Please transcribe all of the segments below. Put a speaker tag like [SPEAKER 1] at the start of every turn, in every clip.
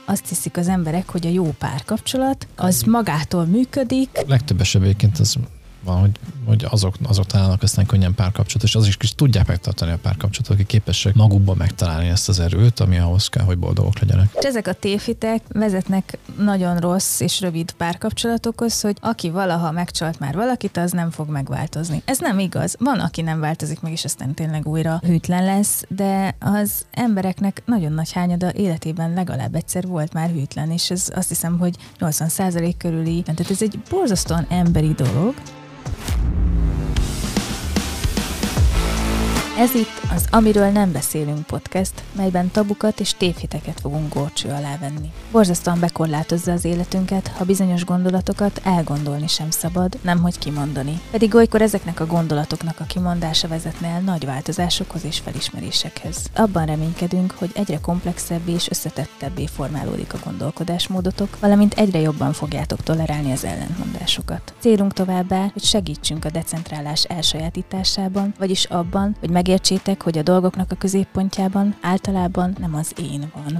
[SPEAKER 1] azt hiszik az emberek, hogy a jó párkapcsolat az magától működik.
[SPEAKER 2] Legtöbb esetben egyébként az van, hogy azok találnak aztán könnyen párkapcsolatot, és azok is tudják megtartani a párkapcsolatot, akik képesek magukban megtalálni ezt az erőt, ami ahhoz kell, hogy boldogok legyenek.
[SPEAKER 1] És ezek a tévhitek vezetnek nagyon rossz és rövid párkapcsolatokhoz, hogy aki valaha megcsalt már valakit, az nem fog megváltozni. Ez nem igaz. Van, aki nem változik meg, és aztán tényleg újra hűtlen lesz, de az embereknek nagyon nagy hányada életében legalább egyszer volt már hűtlen, és ez azt hiszem, hogy 80% körüli. Tehát ez egy borzasztóan emberi dolog. Ez itt az Amiről nem beszélünk podcast, melyben tabukat és tévhiteket fogunk górcső alá venni. Borzasztóan bekorlátozza az életünket, ha bizonyos gondolatokat elgondolni sem szabad, nemhogy kimondani. Pedig olykor ezeknek a gondolatoknak a kimondása vezetne el nagy változásokhoz és felismerésekhez. Abban reménykedünk, hogy egyre komplexebbé és összetettebbé formálódik a gondolkodásmódotok, valamint egyre jobban fogjátok tolerálni az ellentmondásokat. Célunk továbbá, hogy segítsünk a decentrálás elsajátításában, vagyis abban, hogy megértsétek, hogy a dolgoknak a középpontjában általában nem az én van.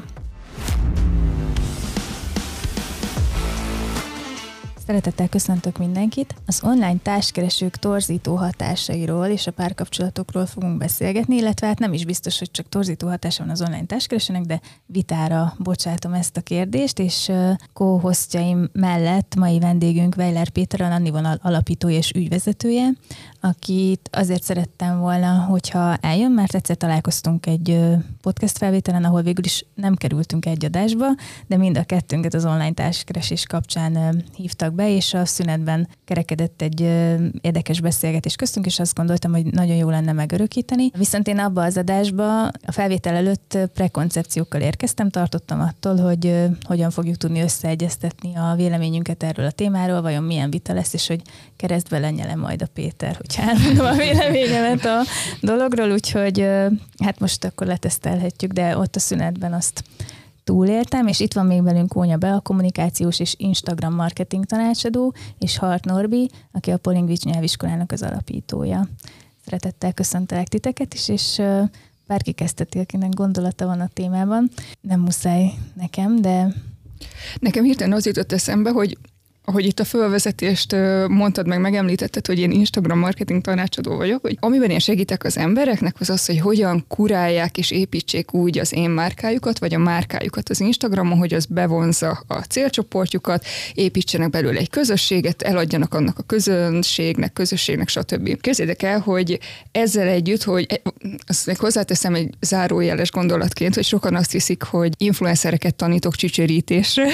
[SPEAKER 1] Szeretettel köszöntök mindenkit! Az online társkeresők torzító hatásairól és a párkapcsolatokról fogunk beszélgetni, illetve hát nem is biztos, hogy csak torzító hatása van az online társkeresőnek, de vitára bocsátom ezt a kérdést, és co-hostjaim mellett mai vendégünk Weiler Péter, a Nannivonal alapítója és ügyvezetője, akit azért szerettem volna, hogyha eljön, mert egyszer találkoztunk egy podcast felvételen, ahol végül is nem kerültünk egy adásba, de mind a kettőnket az online társkeresés kapcsán hívtak be, és a szünetben kerekedett egy érdekes beszélgetés köztünk, és azt gondoltam, hogy nagyon jó lenne megörökíteni. Viszont én abba az adásba a felvétel előtt prekoncepciókkal érkeztem, tartottam attól, hogy hogyan fogjuk tudni összeegyeztetni a véleményünket erről a témáról, vajon milyen vita lesz, és hogy keresztbe lenyelem majd a Péter, hogy elmondom a véleményemet a dologról, úgyhogy hát most akkor letesztelhetjük, de ott a szünetben azt túléltem, és itt van még velünk Kónya Bea, kommunikációs és Instagram marketing tanácsadó, és Hart Norbi, aki a Polinguics nyelviskolának az alapítója. Szeretettel köszöntelek titeket is, és bárki kezdheti, akinek gondolata van a témában. Nem muszáj nekem, de...
[SPEAKER 3] Nekem hirtelen az jutott eszembe, hogy ahogy itt a fölvezetést mondtad meg, megemlítetted, hogy én Instagram marketing tanácsadó vagyok, hogy amiben én segítek az embereknek, az az, hogy hogyan kurálják és építsék úgy az én márkájukat, vagy a márkájukat az Instagramon, hogy az bevonzza a célcsoportjukat, építsenek belőle egy közösséget, eladjanak annak a közösségnek, stb. Képzeljétek el, hogy ezzel együtt, hogy azt még hozzáteszem egy zárójeles gondolatként, hogy sokan azt hiszik, hogy influencereket tanítok csücsörítésre.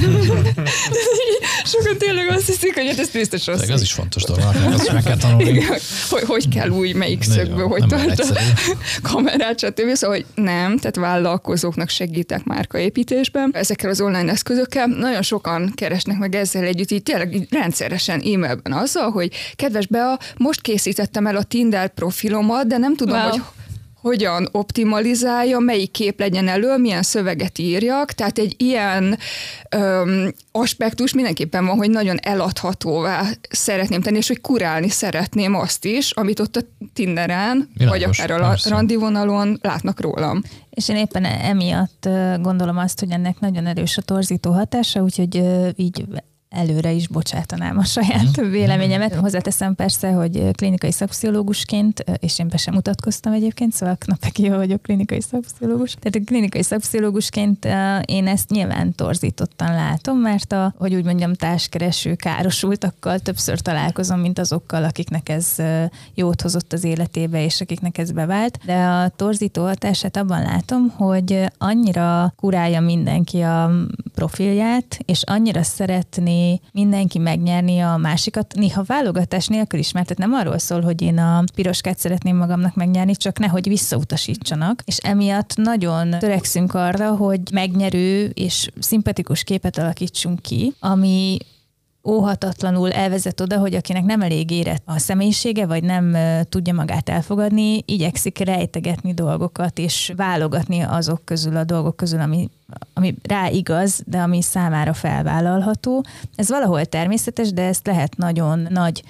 [SPEAKER 3] Sokan tényleg azt hiszik, hogy ez biztos rossz.
[SPEAKER 2] Ez is fontos dolog, azt meg kell tanulni.
[SPEAKER 3] Igen, hogy kell úgy, melyik szögből, hogy tart a kamerát, stb. Szóval, hogy nem, tehát vállalkozóknak segítek márkaépítésben. Ezekkel az online eszközökkel nagyon sokan keresnek meg ezzel együtt, így tényleg így rendszeresen e-mailben azzal, hogy kedves Bea, most készítettem el a Tinder profilomat, de nem tudom, hogy hogyan optimalizálja, melyik kép legyen elő, milyen szöveget írjak, tehát egy ilyen aspektus mindenképpen van, hogy nagyon eladhatóvá szeretném tenni, és hogy kurálni szeretném azt is, amit ott a Tinderen, vagy akár a randivonalon látnak rólam.
[SPEAKER 1] És én éppen emiatt gondolom azt, hogy ennek nagyon erős a torzító hatása, úgyhogy így előre is bocsátanám a saját véleményemet. Hozzáteszem persze, hogy klinikai szakpszichológusként, és én be sem mutatkoztam egyébként, szóval Knapeki vagyok klinikai szakpszichológus. Tehát klinikai szakpszichológusként én ezt nyilván torzítottan látom, mert hogy úgy mondjam, társkereső károsultakkal többször találkozom, mint azokkal, akiknek ez jót hozott az életébe, és akiknek ez bevált. De a torzító hatását abban látom, hogy annyira kurálja mindenki a profilját, és annyira szeretné mindenki megnyerni a másikat, néha válogatás nélkül is, mert nem arról szól, hogy én a piroskát szeretném magamnak megnyerni, csak nehogy visszautasítsanak, és emiatt nagyon törekszünk arra, hogy megnyerő és szimpatikus képet alakítsunk ki, ami óhatatlanul elvezet oda, hogy akinek nem elég érett a személyisége, vagy nem tudja magát elfogadni, igyekszik rejtegetni dolgokat, és válogatni azok közül, a dolgok közül, ami rá igaz, de ami számára felvállalható. Ez valahol természetes, de ezt lehet nagyon nagy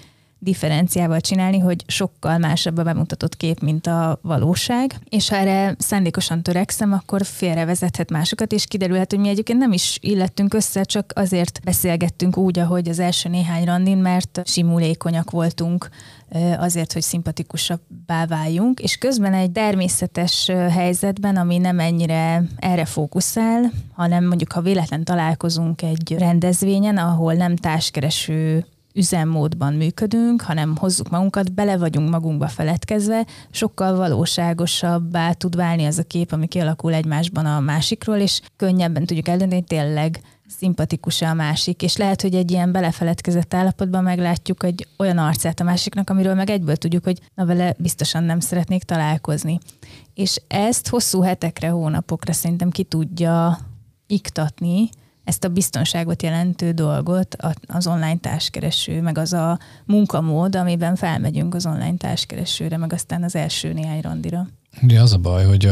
[SPEAKER 1] differenciával csinálni, hogy sokkal másabb a bemutatott kép, mint a valóság, és ha erre szándékosan törekszem, akkor félrevezethet másokat, és kiderülhet, hogy mi egyébként nem is illettünk össze, csak azért beszélgettünk úgy, ahogy az első néhány randin, mert simulékonyak voltunk azért, hogy szimpatikusabbá váljunk, és közben egy természetes helyzetben, ami nem ennyire erre fókuszál, hanem mondjuk, ha véletlen találkozunk egy rendezvényen, ahol nem társkereső üzemmódban működünk, hanem hozzuk magunkat, bele vagyunk magunkba feledkezve, sokkal valóságosabbá tud válni az a kép, ami kialakul egymásban a másikról, és könnyebben tudjuk eldönteni, hogy tényleg szimpatikus a másik, és lehet, hogy egy ilyen belefeledkezett állapotban meglátjuk egy olyan arcát a másiknak, amiről meg egyből tudjuk, hogy na vele biztosan nem szeretnék találkozni. És ezt hosszú hetekre, hónapokra szerintem ki tudja iktatni, ezt a biztonságot jelentő dolgot az online társkereső, meg az a munkamód, amiben felmegyünk az online társkeresőre, meg aztán az első néhány randira.
[SPEAKER 2] Ugye az a baj, hogy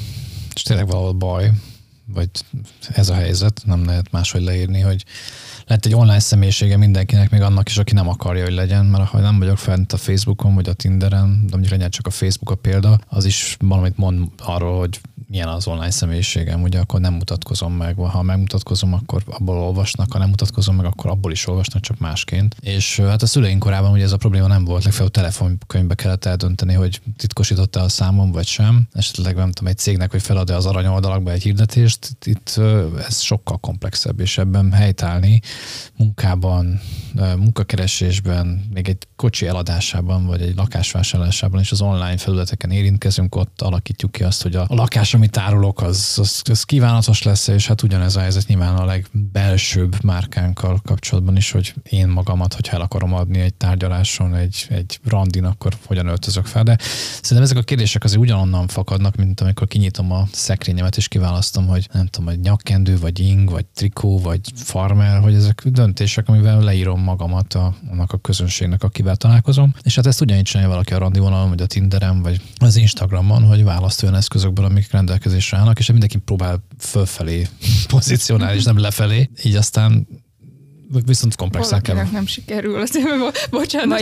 [SPEAKER 2] és tényleg valahol baj, vagy ez a helyzet, nem lehet máshogy leírni, hogy lett egy online személyisége mindenkinek, még annak is, aki nem akarja, hogy legyen, mert ha nem vagyok fent a Facebookon, vagy a Tinderen, de mondjuk legyen csak a Facebook a példa, az is valamit mond arról, hogy milyen az online személyiségem, ugye akkor nem mutatkozom meg, ha megmutatkozom, akkor abból olvasnak, ha nem mutatkozom meg, akkor abból is olvasnak, csak másként. És hát a szüleink korában ugye ez a probléma nem volt, legfeljebb telefonkönyvbe kellett eldönteni, hogy titkosította a számom, vagy sem. Esetleg nem tudom, egy cégnek, hogy felad-e az aranyoldalakba egy hirdetést, itt ez sokkal komplexebb, és ebben helytállni munkában, munkakeresésben, még egy kocsi eladásában, vagy egy lakásvásárlásában, és az online felületeken érintkezünk, ott alakítjuk ki azt, hogy a lakás, amit árulok, az kívánatos lesz, és hát ugyanez a helyzet nyilván a legbelsőbb márkánkkal kapcsolatban is, hogy én magamat, hogyha el akarom adni egy tárgyaláson, egy randin, akkor hogyan öltözök fel. De szerintem ezek a kérdések azért ugyanonnan fakadnak, mint amikor kinyitom a szekrényemet, és kiválasztom, hogy nem tudom, hogy nyakkendő, vagy ing, vagy trikó, vagy farmer, hogy ezek döntések, amivel leírom magamat annak a közönségnek, akivel találkozom. És hát ezt ugyanígy csinálja valaki a randi vonalon, vagy a Tinderen, vagy az Instagramon, hogy választ olyan eszközökből, amik rendelkezésre állnak, és mindenki próbál fölfelé pozícionálni, és nem lefelé. Így aztán viszont komplexen kell.
[SPEAKER 3] Valakinek nem sikerül, bocsánat,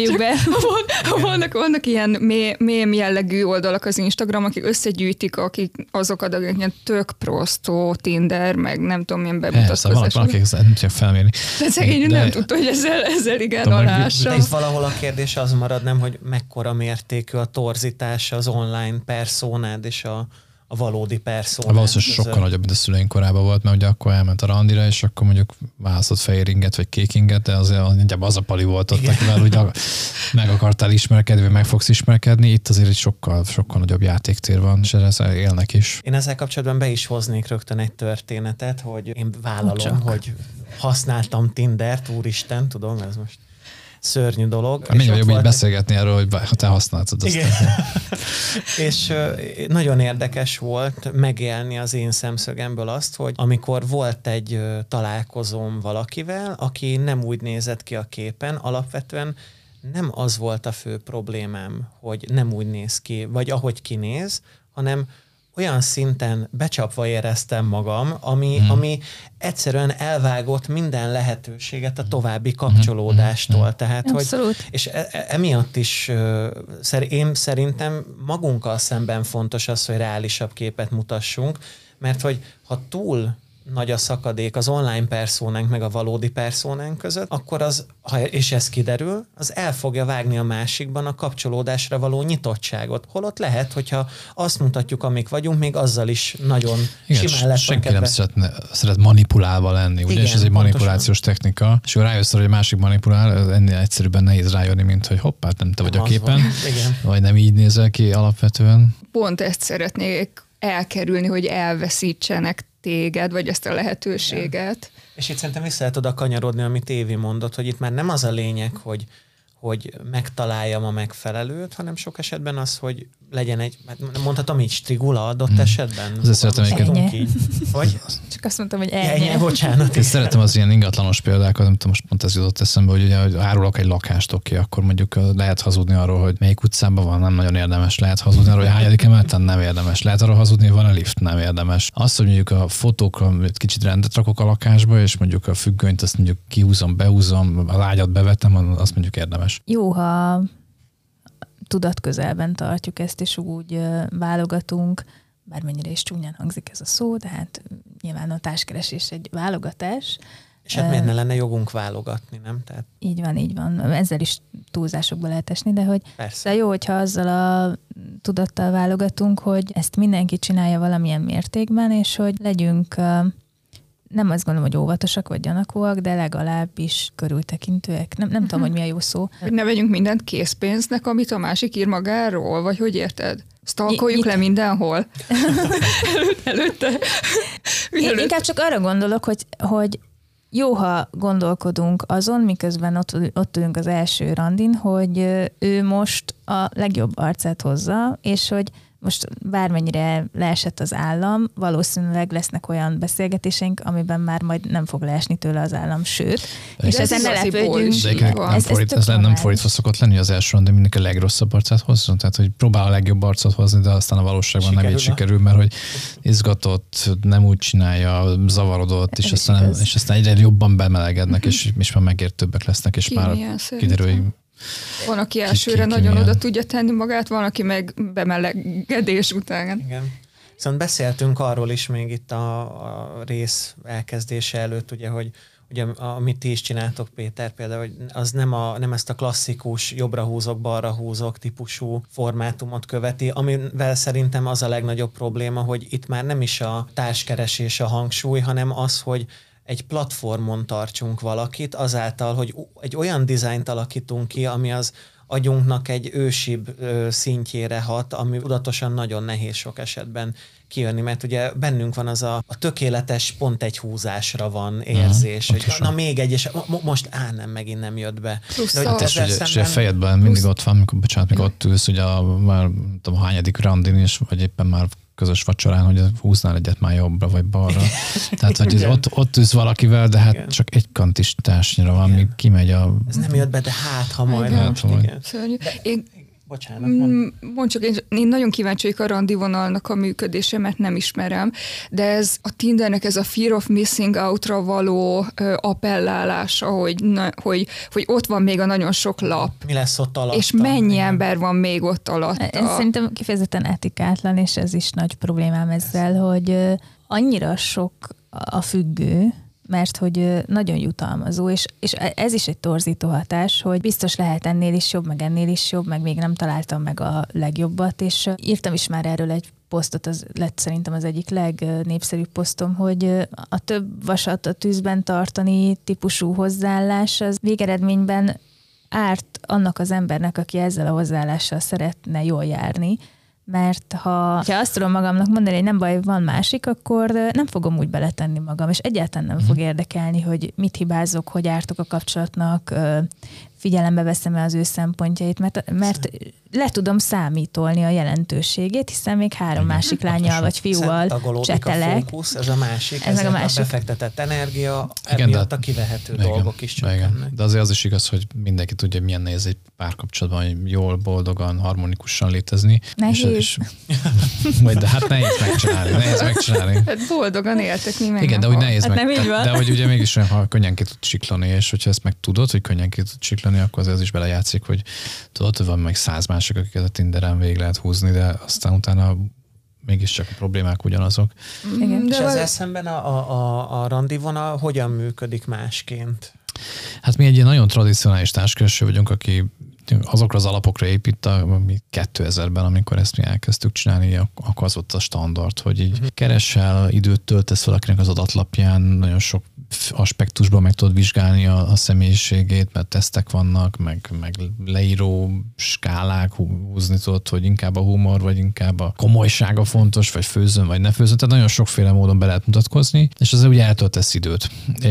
[SPEAKER 3] vannak ilyen mém jellegű oldalak az Instagram, akik összegyűjtik, akik azokat a ilyen tök prostó, Tinder, meg nem tudom, milyen bemutatkozás.
[SPEAKER 2] Valaki nem tudja felmérni.
[SPEAKER 3] De szegény nem tudta, hogy ezzel igen alássa.
[SPEAKER 4] De itt valahol a kérdés az marad, nem, hogy mekkora mértékű a torzítás az online personád és a valódi perszónád.
[SPEAKER 2] Valószínűleg sokkal nagyobb, mint a szüleink korában volt, mert ugye akkor elment a randira, és akkor mondjuk választott fehér inget, vagy kék inget, de azért az a pali volt ott, akivel ugye meg akartál ismerkedni, vagy meg fogsz ismerkedni. Itt azért egy sokkal nagyobb játéktér van, és ezzel élnek is.
[SPEAKER 4] Én ezzel kapcsolatban be is hoznék rögtön egy történetet, hogy én vállalom, hogy használtam Tindert, úristen, tudom, ez most szörnyű dolog.
[SPEAKER 2] Mindjárt jobb így beszélgetni erről, hogy te használtad azt.
[SPEAKER 4] És nagyon érdekes volt megélni az én szemszögemből azt, hogy amikor volt egy találkozóm valakivel, aki nem úgy nézett ki a képen, alapvetően nem az volt a fő problémám, hogy nem úgy néz ki, vagy ahogy kinéz, hanem olyan szinten becsapva éreztem magam, ami egyszerűen elvágott minden lehetőséget a további kapcsolódástól. Tehát,
[SPEAKER 1] abszolút.
[SPEAKER 4] És emiatt is én szerintem magunkkal szemben fontos az, hogy reálisabb képet mutassunk, mert hogy ha túl nagy a szakadék az online perszónánk meg a valódi perszónánk között, akkor és ez kiderül, az el fogja vágni a másikban a kapcsolódásra való nyitottságot. Holott lehet, hogyha azt mutatjuk, amik vagyunk, még azzal is nagyon simán lesz.
[SPEAKER 2] Senki nem szeret manipulálva lenni, ugye? És ez egy manipulációs technika. És akkor rájössz, hogy a másik manipulál, ennél egyszerűbben nehéz rájönni, mint hogy hoppá, nem te vagy a képen, vagy nem így nézel ki alapvetően.
[SPEAKER 3] Pont ezt szeretnék elkerülni, hogy elveszítsenek téged, vagy ezt a lehetőséget.
[SPEAKER 4] Igen. És itt szerintem vissza lehet oda kanyarodni, amit Évi mondott, hogy itt már nem az a lényeg, hogy megtaláljam a megfelelőt, hanem sok esetben az, hogy legyen egy, mondhatom így, strigula adott esetben.
[SPEAKER 2] Azért szeretem
[SPEAKER 4] így. Hogy?
[SPEAKER 1] Csak azt mondtam, hogy
[SPEAKER 4] bocsánat.
[SPEAKER 2] Én szeretem az ilyen ingatlanos példákat, nem tudom, most pont ez jutott eszembe, hogy ugye hogy árulok egy lakást, akkor mondjuk lehet hazudni arról, hogy melyik utcában van, nem nagyon érdemes. Lehet hazudni arról, hogy hányadik emeleten, nem érdemes. Lehet arról hazudni, hogy van a lift, nem érdemes. Azt, hogy mondjuk a fotókra kicsit rendet rakok a lakásba, és mondjuk a függönyt azt mondjuk kihúzom, behúzom, az ágyat bevetem, azt mondjuk érdemes. megoldás.
[SPEAKER 1] Jó, ha tudatközelben tartjuk ezt, és úgy válogatunk, bármennyire is csúnyán hangzik ez a szó, de hát nyilván a társkeresés egy válogatás.
[SPEAKER 4] És hát miért ne lenne jogunk válogatni, nem? Tehát...
[SPEAKER 1] Így van. Ezzel is túlzásokba lehet esni, de hogy szóval jó, hogyha azzal a tudattal válogatunk, hogy ezt mindenki csinálja valamilyen mértékben, és hogy legyünk, nem azt gondolom, hogy óvatosak vagy gyanakúak, de legalábbis körültekintőek. Nem tudom, hogy mi a jó szó.
[SPEAKER 3] Hogy ne vegyünk mindent készpénznek, amit a másik ír magáról, vagy hogy érted? Stalkoljuk le mindenhol. Előtte.
[SPEAKER 1] Inkább csak arra gondolok, hogy jó, ha gondolkodunk azon, miközben ott ülünk az első randin, hogy ő most a legjobb arcát hozza, és hogy most bármennyire leesett az állam, valószínűleg lesznek olyan beszélgetéseink, amiben már majd nem fog leesni tőle az állam, sőt.
[SPEAKER 2] De
[SPEAKER 1] és ezen ne lepődjünk.
[SPEAKER 2] Ez nem fordítva szokott lenni az első randi, mindenki a legrosszabb arcát hozzon, tehát hogy próbál a legjobb arcot hozni, de aztán a valóságban nem így sikerül, mert hogy izgatott, nem úgy csinálja, zavarodott, és aztán egyre jobban bemelegednek, és már megértőbbek lesznek, és már kiderül, hogy
[SPEAKER 3] van, aki elsőre nagyon oda tudja tenni magát, van, aki meg bemelegedés után.
[SPEAKER 4] Igen. Viszont beszéltünk arról is még itt a rész elkezdése előtt, hogy ugye, amit ti is csináltok, Péter, például, hogy az nem ezt a klasszikus jobbra húzok, balra húzok típusú formátumot követi, amivel szerintem az a legnagyobb probléma, hogy itt már nem is a társkeresés a hangsúly, hanem az, hogy egy platformon tartsunk valakit, azáltal, hogy egy olyan dizájnt alakítunk ki, ami az agyunknak egy ősibb szintjére hat, ami tudatosan nagyon nehéz sok esetben kijönni, mert ugye bennünk van az a tökéletes, pont egy húzásra van érzés, hogy na még egy, és most nem, megint nem jött be.
[SPEAKER 2] És a fejedben mindig ott van, mikor ott ülsz, ugye már nem tudom, hányadik randin is, vagy éppen már közös vacsorán, hogy húznál egyet már jobbra vagy balra. Tehát, hogy ott ülsz valakivel, de hát igen. Csak egy kantistásnyira van, míg kimegy a...
[SPEAKER 4] Ez nem jött be, de ha majd. Bocsánat.
[SPEAKER 3] Mondd csak, én nagyon kíváncsi vagyok a randi vonalnak a működése, mert nem ismerem, de ez a Tindernek ez a fear of missing out-ra való appellálása, hogy ott van még a nagyon sok lap.
[SPEAKER 4] Mi lesz ott alatta?
[SPEAKER 3] És mennyi ember van még ott alatta?
[SPEAKER 1] Ez szerintem kifejezetten etikátlan, és ez is nagy problémám ezzel, hogy annyira sok a függő, mert hogy nagyon jutalmazó, és ez is egy torzító hatás, hogy biztos lehet ennél is jobb, meg még nem találtam meg a legjobbat, és írtam is már erről egy posztot, az lett szerintem az egyik legnépszerűbb posztom, hogy a több vasat a tűzben tartani típusú hozzáállás az végeredményben árt annak az embernek, aki ezzel a hozzáállással szeretne jól járni, mert ha azt tudom magamnak mondani, hogy nem baj, van másik, akkor nem fogom úgy beletenni magam, és egyáltalán nem fog érdekelni, hogy mit hibázok, hogy ártok a kapcsolatnak, figyelembe veszem-e az ő szempontjait, mert le tudom számítolni a jelentőségét, hiszen még 3 másik lányjal vagy fiúval csetelek.
[SPEAKER 4] A fókusz, ez a másik, ez a befektetett energia, emiatt a kivehető dolgok is csökkennek.
[SPEAKER 2] De azért az is igaz, hogy mindenki tudja, milyen nehéz egy párkapcsolatban, hogy jól, boldogan, harmonikusan létezni.
[SPEAKER 1] Nehéz.
[SPEAKER 2] De hát nehéz megcsinálni.
[SPEAKER 3] Hát boldogan éltek mi meg.
[SPEAKER 2] Igen, de hogy nehéz
[SPEAKER 1] hát
[SPEAKER 2] de hogy ugye mégis ha könnyen ki tud siklani, és hogyha ezt meg tudod, hogy könnyen ki tud siklani, akkor azért az is belejátszik, hogy tudod, hogy van meg 100 mások, akiket a Tinderen végig lehet húzni, de aztán utána mégiscsak a problémák ugyanazok.
[SPEAKER 1] Igen.
[SPEAKER 4] És ezzel szemben a randi vonal hogyan működik másként?
[SPEAKER 2] Hát mi egy ilyen nagyon tradicionális társkereső vagyunk, aki azokra az alapokra épít, ami 2000-ben, amikor ezt mi elkezdtük csinálni, akkor az volt a standard, hogy így keresel, időt töltesz valakinek az adatlapján, nagyon sok aspektusban meg tudod vizsgálni a személyiségét, mert tesztek vannak, meg leíró skálák, húzni tudod, hogy inkább a humor, vagy inkább a komolysága fontos, vagy főzön, vagy ne főzön. Tehát nagyon sokféle módon be lehet mutatkozni, és azért ugye eltöltesz időt.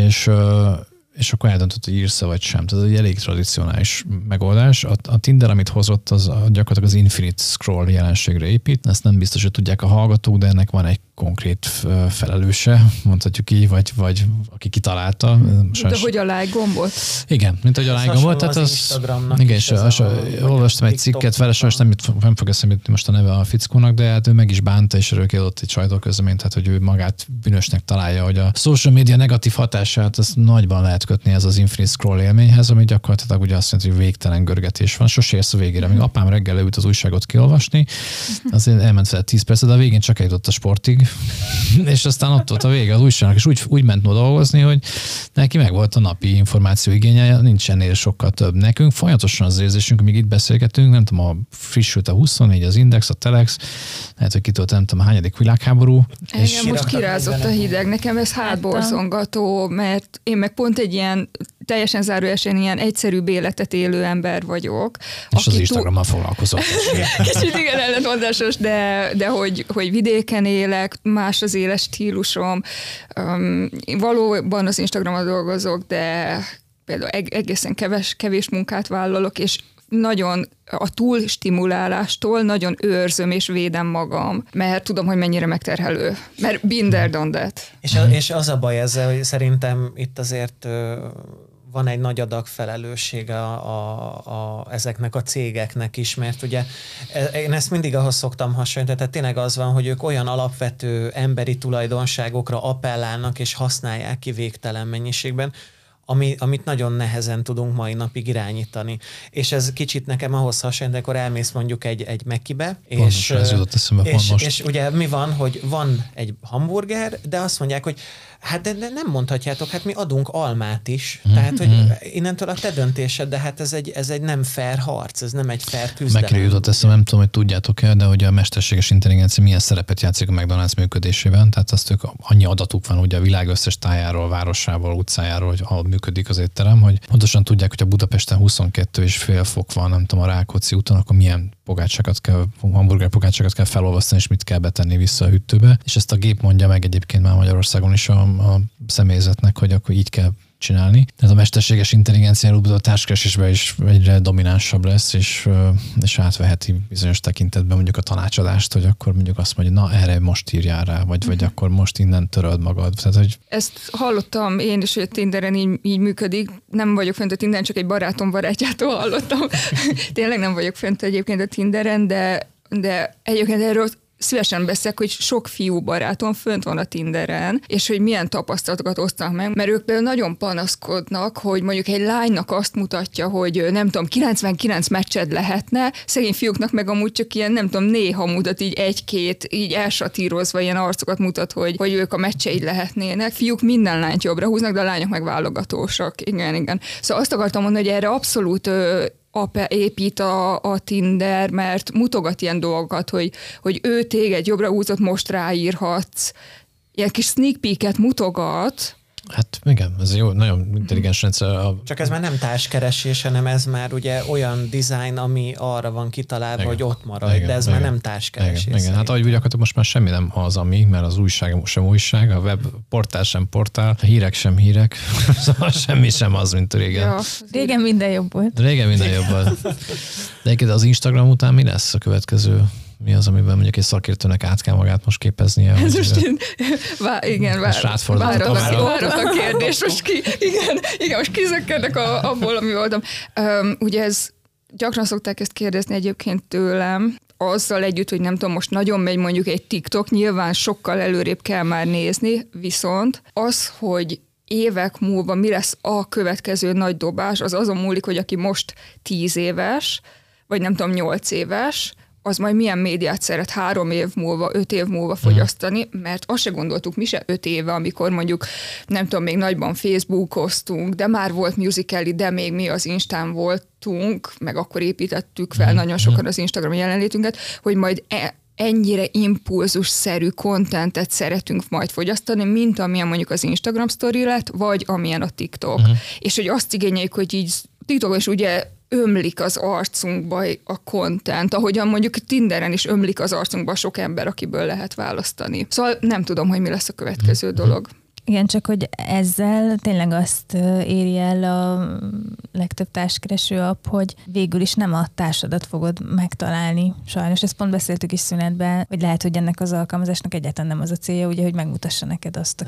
[SPEAKER 2] És akkor eldöntött, hogy írsz-e vagy sem. Tehát egy elég tradicionális megoldás. A Tinder, amit hozott, az gyakorlatilag az infinite scroll jelenségre épít. Ezt nem biztos, hogy tudják a hallgatók, de ennek van egy konkrét felelőse, mondhatjuk így, vagy aki kitalálta.
[SPEAKER 3] De hogy a like gombot?
[SPEAKER 2] Igen, mint hogy a like gombot. Tehát az, igen, és olvastam egy cikket vele, sajnos nem fog eszembe most a neve a fickónak, de hát ő meg is bánta, és örökké adott egy sajtóközleményt, tehát hogy ő magát bűnösnek találja, hogy a social media negatív hatását az nagyban lehet kötni ez az infinite scroll élményhez, ami gyakorlatilag ugye azt jelenti, hogy végtelen görgetés van, sose érsz a végére. Míg apám reggel leült az újságot kiolvasni, azért elment fel 10 percet, de a végén csak eljutott a sportig, és aztán ott volt a vége az újságnak, és úgy ment dolgozni, hogy neki meg volt a napi információ igénye, nincs ennél sokkal több. Nekünk folyamatosan az érzésünk, amíg itt beszélgetünk, nem tudom, a frissült a 24, az Index, a Telex, lehet, hogy kitölt, nem tudom, a hányadik világháború.
[SPEAKER 3] És most kirázott a hideg, nekem ez hátborzongató, mert én meg pont egy ilyen teljesen zárójelesen ilyen egyszerűbb életet élő ember vagyok.
[SPEAKER 2] És az Instagrammal foglalkozott.
[SPEAKER 3] Kicsit igen ellentmondásos, de hogy vidéken élek, más az éles stílusom. Valóban az Instagramon dolgozok, de például egészen kevés munkát vállalok, és nagyon a túlstimulálástól nagyon őrzöm és védem magam, mert tudom, hogy mennyire megterhelő. Mert been there, done that.
[SPEAKER 4] És az a baj ezzel, hogy szerintem itt azért van egy nagy adag felelőssége ezeknek a cégeknek is, mert ugye én ezt mindig ahhoz szoktam hasonlítani, tehát tényleg az van, hogy ők olyan alapvető emberi tulajdonságokra appellálnak és használják ki végtelen mennyiségben, amit nagyon nehezen tudunk mai napig irányítani. És ez kicsit nekem ahhoz hasonlít, akkor elmész mondjuk egy Mekkibe, és ugye mi van, hogy van egy hamburger, de azt mondják, hogy hát de nem mondhatjátok, hát mi adunk almát is. Tehát, hogy innentől a te döntésed, de hát ez egy nem fair harc, ez nem egy fair küzdelem.
[SPEAKER 2] Megkérő jutott eszem, nem tudom, hogy tudjátok-e, de hogy a mesterséges intelligencia milyen szerepet játszik a McDonald's működésében. Tehát azt ők annyi adatuk van ugye a világ összes tájáról, városából, utcájáról, hogy ahol működik az étterem, hogy pontosan tudják, hogy a Budapesten 22,5 fok van, nem tudom, a Rákóczi úton, akkor milyen hamburger pogácsákat kell felolvasztani, és mit kell betenni vissza a hűtőbe. És ezt a gép mondja meg egyébként már Magyarországon is a személyzetnek, hogy akkor így kell csinálni. Tehát a mesterséges intelligencia a társkeresésben is egyre dominánsabb lesz, és átveheti bizonyos tekintetben mondjuk a tanácsadást, hogy akkor mondjuk azt mondja, na erre most írjál rá, vagy akkor most innen töröld magad. Tehát, hogy...
[SPEAKER 3] Ezt hallottam én is, hogy a Tinderen így működik. Nem vagyok fönt a Tinderen, csak egy barátom barátjától hallottam. Tényleg nem vagyok fönt egyébként a Tinderen, de egyébként erről szívesen beszélek, hogy sok fiú barátom fönt van a Tinderen, és hogy milyen tapasztalatokat osztanak meg, mert ők például nagyon panaszkodnak, hogy mondjuk egy lánynak azt mutatja, hogy nem tudom, 99 meccsed lehetne, szegény fiúknak meg amúgy csak ilyen, nem tudom, néha mutat így egy-két, így elsatírozva ilyen arcokat mutat, hogy ők a meccseid lehetnének. Fiúk minden lányt jobbra húznak, de a lányok meg válogatósak. Igen. Szóval azt akartam mondani, hogy erre abszolút épít a Tinder, mert mutogat ilyen dolgokat, hogy ő téged jobbra húzott, most ráírhatsz. Ilyen kis sneak peeket mutogat.
[SPEAKER 2] Hát igen, ez jó, nagyon intelligens rendszer.
[SPEAKER 4] Csak ez már nem társkeresés, hanem ez már ugye olyan design, ami arra van kitalálva, igen, hogy ott maradj, de ez már nem társkeresés.
[SPEAKER 2] Igen. Hát ahogy gyakorlatilag most már semmi nem az, ami, mert az újság sem újság, a web portál sem portál, a hírek sem hírek, szóval semmi sem az, mint régen.
[SPEAKER 1] Ja, régen minden jobb volt.
[SPEAKER 2] De az Instagram után mi lesz a következő? Mi az, amiben mondjuk egy szakértőnek át kell magát most képeznie?
[SPEAKER 3] Ez most várok a kérdés. Most kizökkennek abból, ami voltam. Ugye ez gyakran szokták ezt kérdezni egyébként tőlem, azzal együtt, hogy nem tudom, most nagyon megy mondjuk egy TikTok, nyilván sokkal előrébb kell már nézni, viszont az, hogy évek múlva mi lesz a következő nagy dobás, az azon múlik, hogy aki most 10 éves, vagy nem tudom, 8 éves, az majd milyen médiát szeret 3 év múlva, 5 év múlva fogyasztani, mert azt se gondoltuk mi se 5 éve, amikor mondjuk, nem tudom, még nagyban Facebookoztunk, de már volt Musical.ly, de még mi az Instán voltunk, meg akkor építettük fel nagyon sokan az Instagram jelenlétünket, hogy majd ennyire impulzusszerű kontentet szeretünk majd fogyasztani, mint amilyen mondjuk az Instagram sztori lett, vagy amilyen a TikTok. És hogy azt igényeljük, hogy így TikTokon is ugye ömlik az arcunkba a content, ahogyan mondjuk Tinderen is ömlik az arcunkba sok ember, akiből lehet választani. Szóval nem tudom, hogy mi lesz a következő dolog.
[SPEAKER 1] Igen, csak hogy ezzel tényleg azt éri el a legtöbb társkereső app, hogy végül is nem a társadat fogod megtalálni. Sajnos ezt pont beszéltük is szünetben, hogy lehet, hogy ennek az alkalmazásnak egyáltalán nem az a célja, ugye, hogy megmutassa neked azt,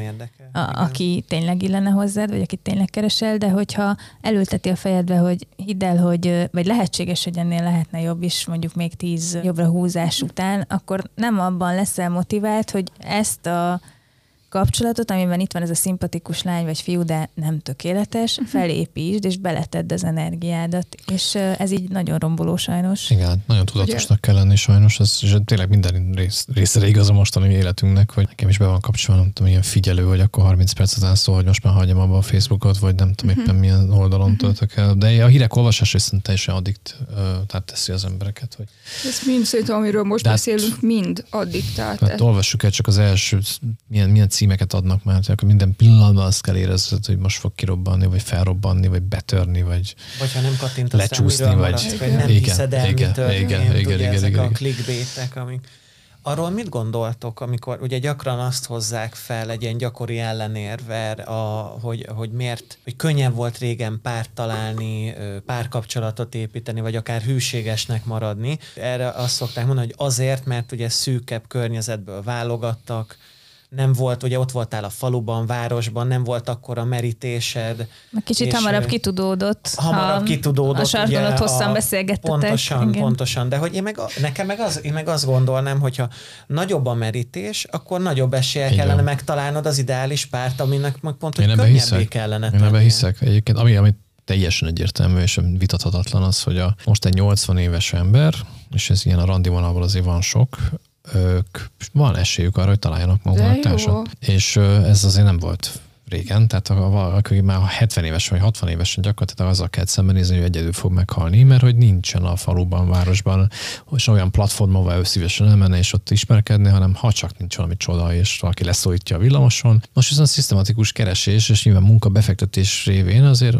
[SPEAKER 1] aki tényleg illene hozzád, vagy akit tényleg keresel, de hogyha elülteti a fejedbe, hogy hidd el, hogy vagy lehetséges, hogy ennél lehetne jobb is, mondjuk még 10 jobbra húzás után, akkor nem abban leszel motivált, hogy ezt a kapcsolatot, amiben itt van ez a szimpatikus lány vagy fiú, de nem tökéletes, felépítsd, és beletedd az energiádat, és ez így nagyon romboló sajnos.
[SPEAKER 2] Igen, nagyon tudatosnak kell lenni sajnos, és tényleg minden részre igaz a mostani életünknek, hogy nekem is be van kapcsolva, nem tudom, ilyen figyelő, hogy akkor 30 perc után szól, hogy most már hagyjam abba a Facebookot, vagy nem tudom éppen milyen oldalon töltök el, de a hírek olvasása viszont teljesen addikt, tehát teszi az embereket. Hogy...
[SPEAKER 3] Ez mind szerintem, amiről most beszélünk, mind addiktált.
[SPEAKER 2] Hát olvassuk el csak az első, milyen címeket adnak már, akkor minden pillanatban azt kell érezned, hogy most fog kirobbanni, vagy felrobbanni, vagy betörni, vagy
[SPEAKER 4] ha nem kattintasz
[SPEAKER 2] lecsúszni,
[SPEAKER 4] vagy
[SPEAKER 2] maradsz,
[SPEAKER 4] nem hiszed el, mi történt,
[SPEAKER 2] ugye
[SPEAKER 4] ezek a clickbaitek, amik... Arról mit gondoltok, amikor ugye gyakran azt hozzák fel egy ilyen gyakori ellenérve, hogy miért, hogy könnyebb volt régen párt találni, párkapcsolatot építeni, vagy akár hűségesnek maradni. Erre azt szokták mondani, hogy azért, mert ugye szűkebb környezetből válogattak, nem volt, ugye ott voltál a faluban, városban, nem volt akkor a merítésed.
[SPEAKER 1] Kicsit hamarabb kitudódott. A sargon ott hosszan beszélgettetek.
[SPEAKER 4] Pontosan. De hogy én meg azt gondolnám, hogyha nagyobb a merítés, akkor nagyobb eséllyel kellene megtalálnod az ideális párt, aminek pont, hogy könnyebbé kellene tenni.
[SPEAKER 2] Én ebben hiszek. Egyébként, ami teljesen egyértelmű és vitathatatlan az, hogy most egy 80 éves ember, és ez ilyen a randi vonalból azért van sok, van esélyük arra, hogy találjanak maguknak társat. És ez azért nem volt régen, tehát aki már 70 éves vagy 60 évesen gyakorlatilag azzal kell szembenézni, hogy egyedül fog meghalni, mert hogy nincsen a faluban, városban és olyan platform, ahol ő szívesen elmenne és ott ismerkedni, hanem ha csak nincs valami csoda, és valaki leszólítja a villamoson. Most viszont szisztematikus keresés, és nyilván munkabefektetés révén azért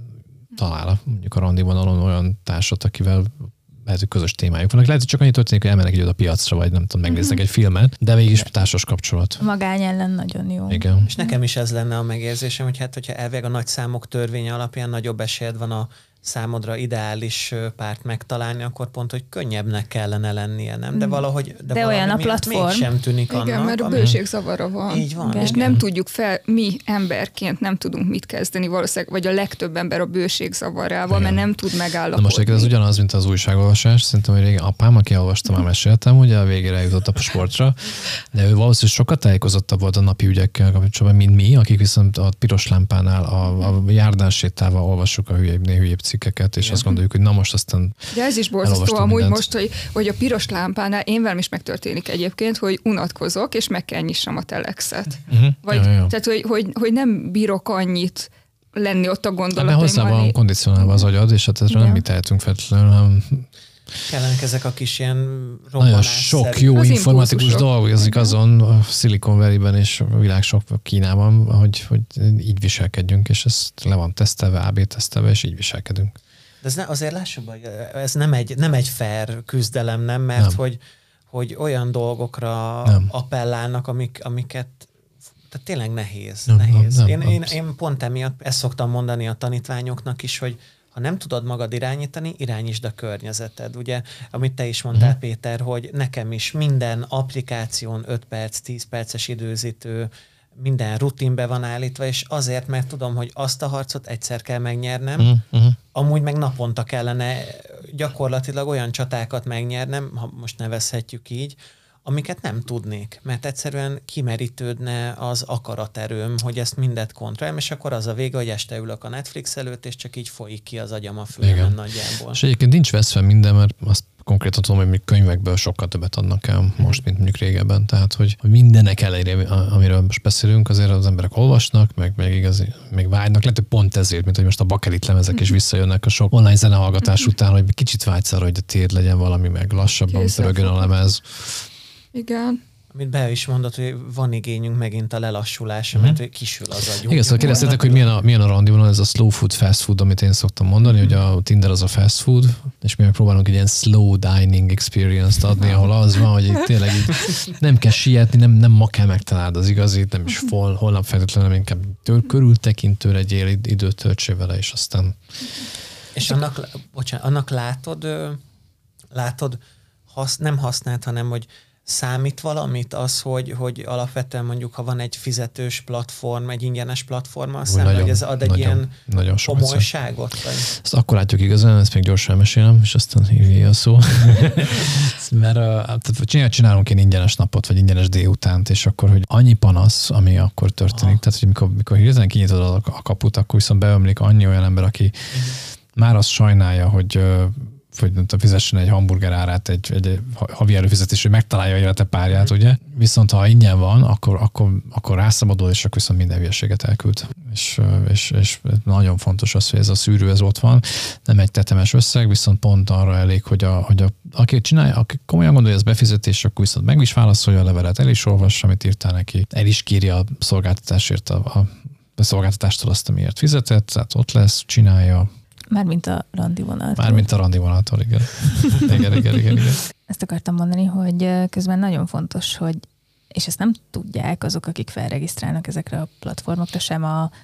[SPEAKER 2] talál mondjuk a randi vonalon olyan társat, akivel lehet, hogy közös témájuk vannak. Lehet, hogy csak annyit történik, hogy elmennek egy oda a piacra, vagy nem tudom, megnéznek egy filmet, de mégis társas kapcsolat.
[SPEAKER 1] Magány ellen nagyon jó.
[SPEAKER 2] Igen.
[SPEAKER 4] És nekem is ez lenne a megérzésem, hogy hogyha elvileg a nagy számok törvénye alapján nagyobb esélyed van a számodra ideális párt megtalálni, akkor pont, hogy könnyebbnek kellene lennie, nem? De valahogy
[SPEAKER 1] olyan a platform.
[SPEAKER 4] Mégsem tűnik annak.
[SPEAKER 3] Igen, mert a bőségzavara van.
[SPEAKER 4] Így van.
[SPEAKER 3] És nem tudjuk mi emberként nem tudunk mit kezdeni valószínűleg, vagy a legtöbb ember a bőségzavarával, mert nem tud megállapodni.
[SPEAKER 2] Most ez ugyanaz, mint az újságolvasás. Szerintem, hogy régen apám, aki olvasta, már meséltem, ugye a végére eljutott a sportra, de ő valószínűleg sokkal tájékozottabb volt a napi ügyekkel kapcsolatban, mint mi, akik viszont a piros lámpánál, a járdán sétálva olvassuk a hülyébb cikkeket, és azt gondoljuk, hogy na most aztán
[SPEAKER 3] de ez is borzasztó amúgy most, hogy a piros lámpánál én velem is megtörténik egyébként, hogy unatkozok, és meg kell nyissam a telexet. Vagy, tehát, hogy nem bírok annyit lenni ott a gondolataimmal.
[SPEAKER 2] De hozzá van kondicionálva az agyad, és hát ezről nem mi tehetünk feltétlenül, hanem
[SPEAKER 4] kellenek ezek a kis ilyen
[SPEAKER 2] nagyon sok jó informatikus dolgozik azon a Silicon Valley-ben és a világ sok Kínában, hogy így viselkedjünk, és ezt le van tesztelve, AB tesztelve, és így viselkedünk.
[SPEAKER 4] De azért lássuk, hogy ez nem egy fair küzdelem, nem? Mert hogy olyan dolgokra appellálnak, amiket tehát tényleg nehéz. Én pont emiatt ezt szoktam mondani a tanítványoknak is, hogy ha nem tudod magad irányítani, irányítsd a környezeted. Ugye, amit te is mondtál, Péter, hogy nekem is minden applikáción 5 perc, 10 perces időzítő, minden rutinbe van állítva, és azért, mert tudom, hogy azt a harcot egyszer kell megnyernem, amúgy meg naponta kellene gyakorlatilag olyan csatákat megnyernem, ha most nevezhetjük így, amiket nem tudnék, mert egyszerűen kimerítődne az akaraterőm, hogy ezt mindet kontrollálom, és akkor az a vége, hogy este ülök a Netflix előtt, és csak így folyik ki az agyam a fülben nagyjából. És
[SPEAKER 2] egyébként nincs veszve minden, mert azt konkrétan tudom, hogy könyvekből sokkal többet adnak el most, mint mondjuk régebben. Tehát, hogy mindennek ellenére, amiről most beszélünk, azért az emberek olvasnak, meg vágynak. Lehet, hogy pont ezért, mint hogy most a bakelit lemezek is visszajönnek a sok online zenehallgatás után, hogy kicsit vágysz arra, hogy a tiéd legyen valami, meg lassabban pörögjön a lemez.
[SPEAKER 3] Igen.
[SPEAKER 4] Amit be is mondott, hogy van igényünk megint a lelassulásra, mert hogy kisül az agyunk.
[SPEAKER 2] Igen, szóval kérdeztétek, hogy milyen a randivonal, ez a slow food, fast food, amit én szoktam mondani, hogy a Tinder az a fast food, és mi megpróbálunk egy ilyen slow dining experience-t adni, ahol az van, hogy tényleg így nem kell sietni, nem ma kell megtalálni az igazit, nem is holnap feltétlenül, inkább körültekintő legyél, időt töltsé vele, és aztán...
[SPEAKER 4] És annak látod nem használt, hanem hogy számít valamit az, hogy alapvetően mondjuk, ha van egy fizetős platform, egy ingyenes platform, aztán, hogy ez ad egy ilyen komolyságot?
[SPEAKER 2] Ezt akkor látjuk igazán, ezt még gyorsan mesélem, és aztán hívja a szó. Mert csinálunk ilyen ingyenes napot, vagy ingyenes délutánt, és akkor, hogy annyi panasz, ami akkor történik, tehát, hogy mikor hirtelen kinyitod a kaput, akkor viszont beömlik annyi olyan ember, aki már azt sajnálja, hogy fizessen egy hamburger árát, egy havi előfizetés, hogy megtalálja élete párját, ugye? Viszont ha ingyen van, akkor rászabadul, és akkor viszont minden hülyeséget elküld. És nagyon fontos az, hogy ez a szűrő, ez ott van. Nem egy tetemes összeg, viszont pont arra elég, hogy aki csinálja, aki komolyan gondolja, ez befizetés, akkor viszont meg is válaszolja a levelet, el is olvassa, amit írtál neki, el is kírja a szolgáltatásért a szolgáltatástól azt, amiért fizetett, tehát ott lesz, csinálja.
[SPEAKER 1] Mármint a randivonaltól.
[SPEAKER 2] Mármint a randivonaltól, igen. Igen.
[SPEAKER 1] Ezt akartam mondani, hogy közben nagyon fontos, hogy, és ezt nem tudják azok, akik felregisztrálnak ezekre a platformokra, sem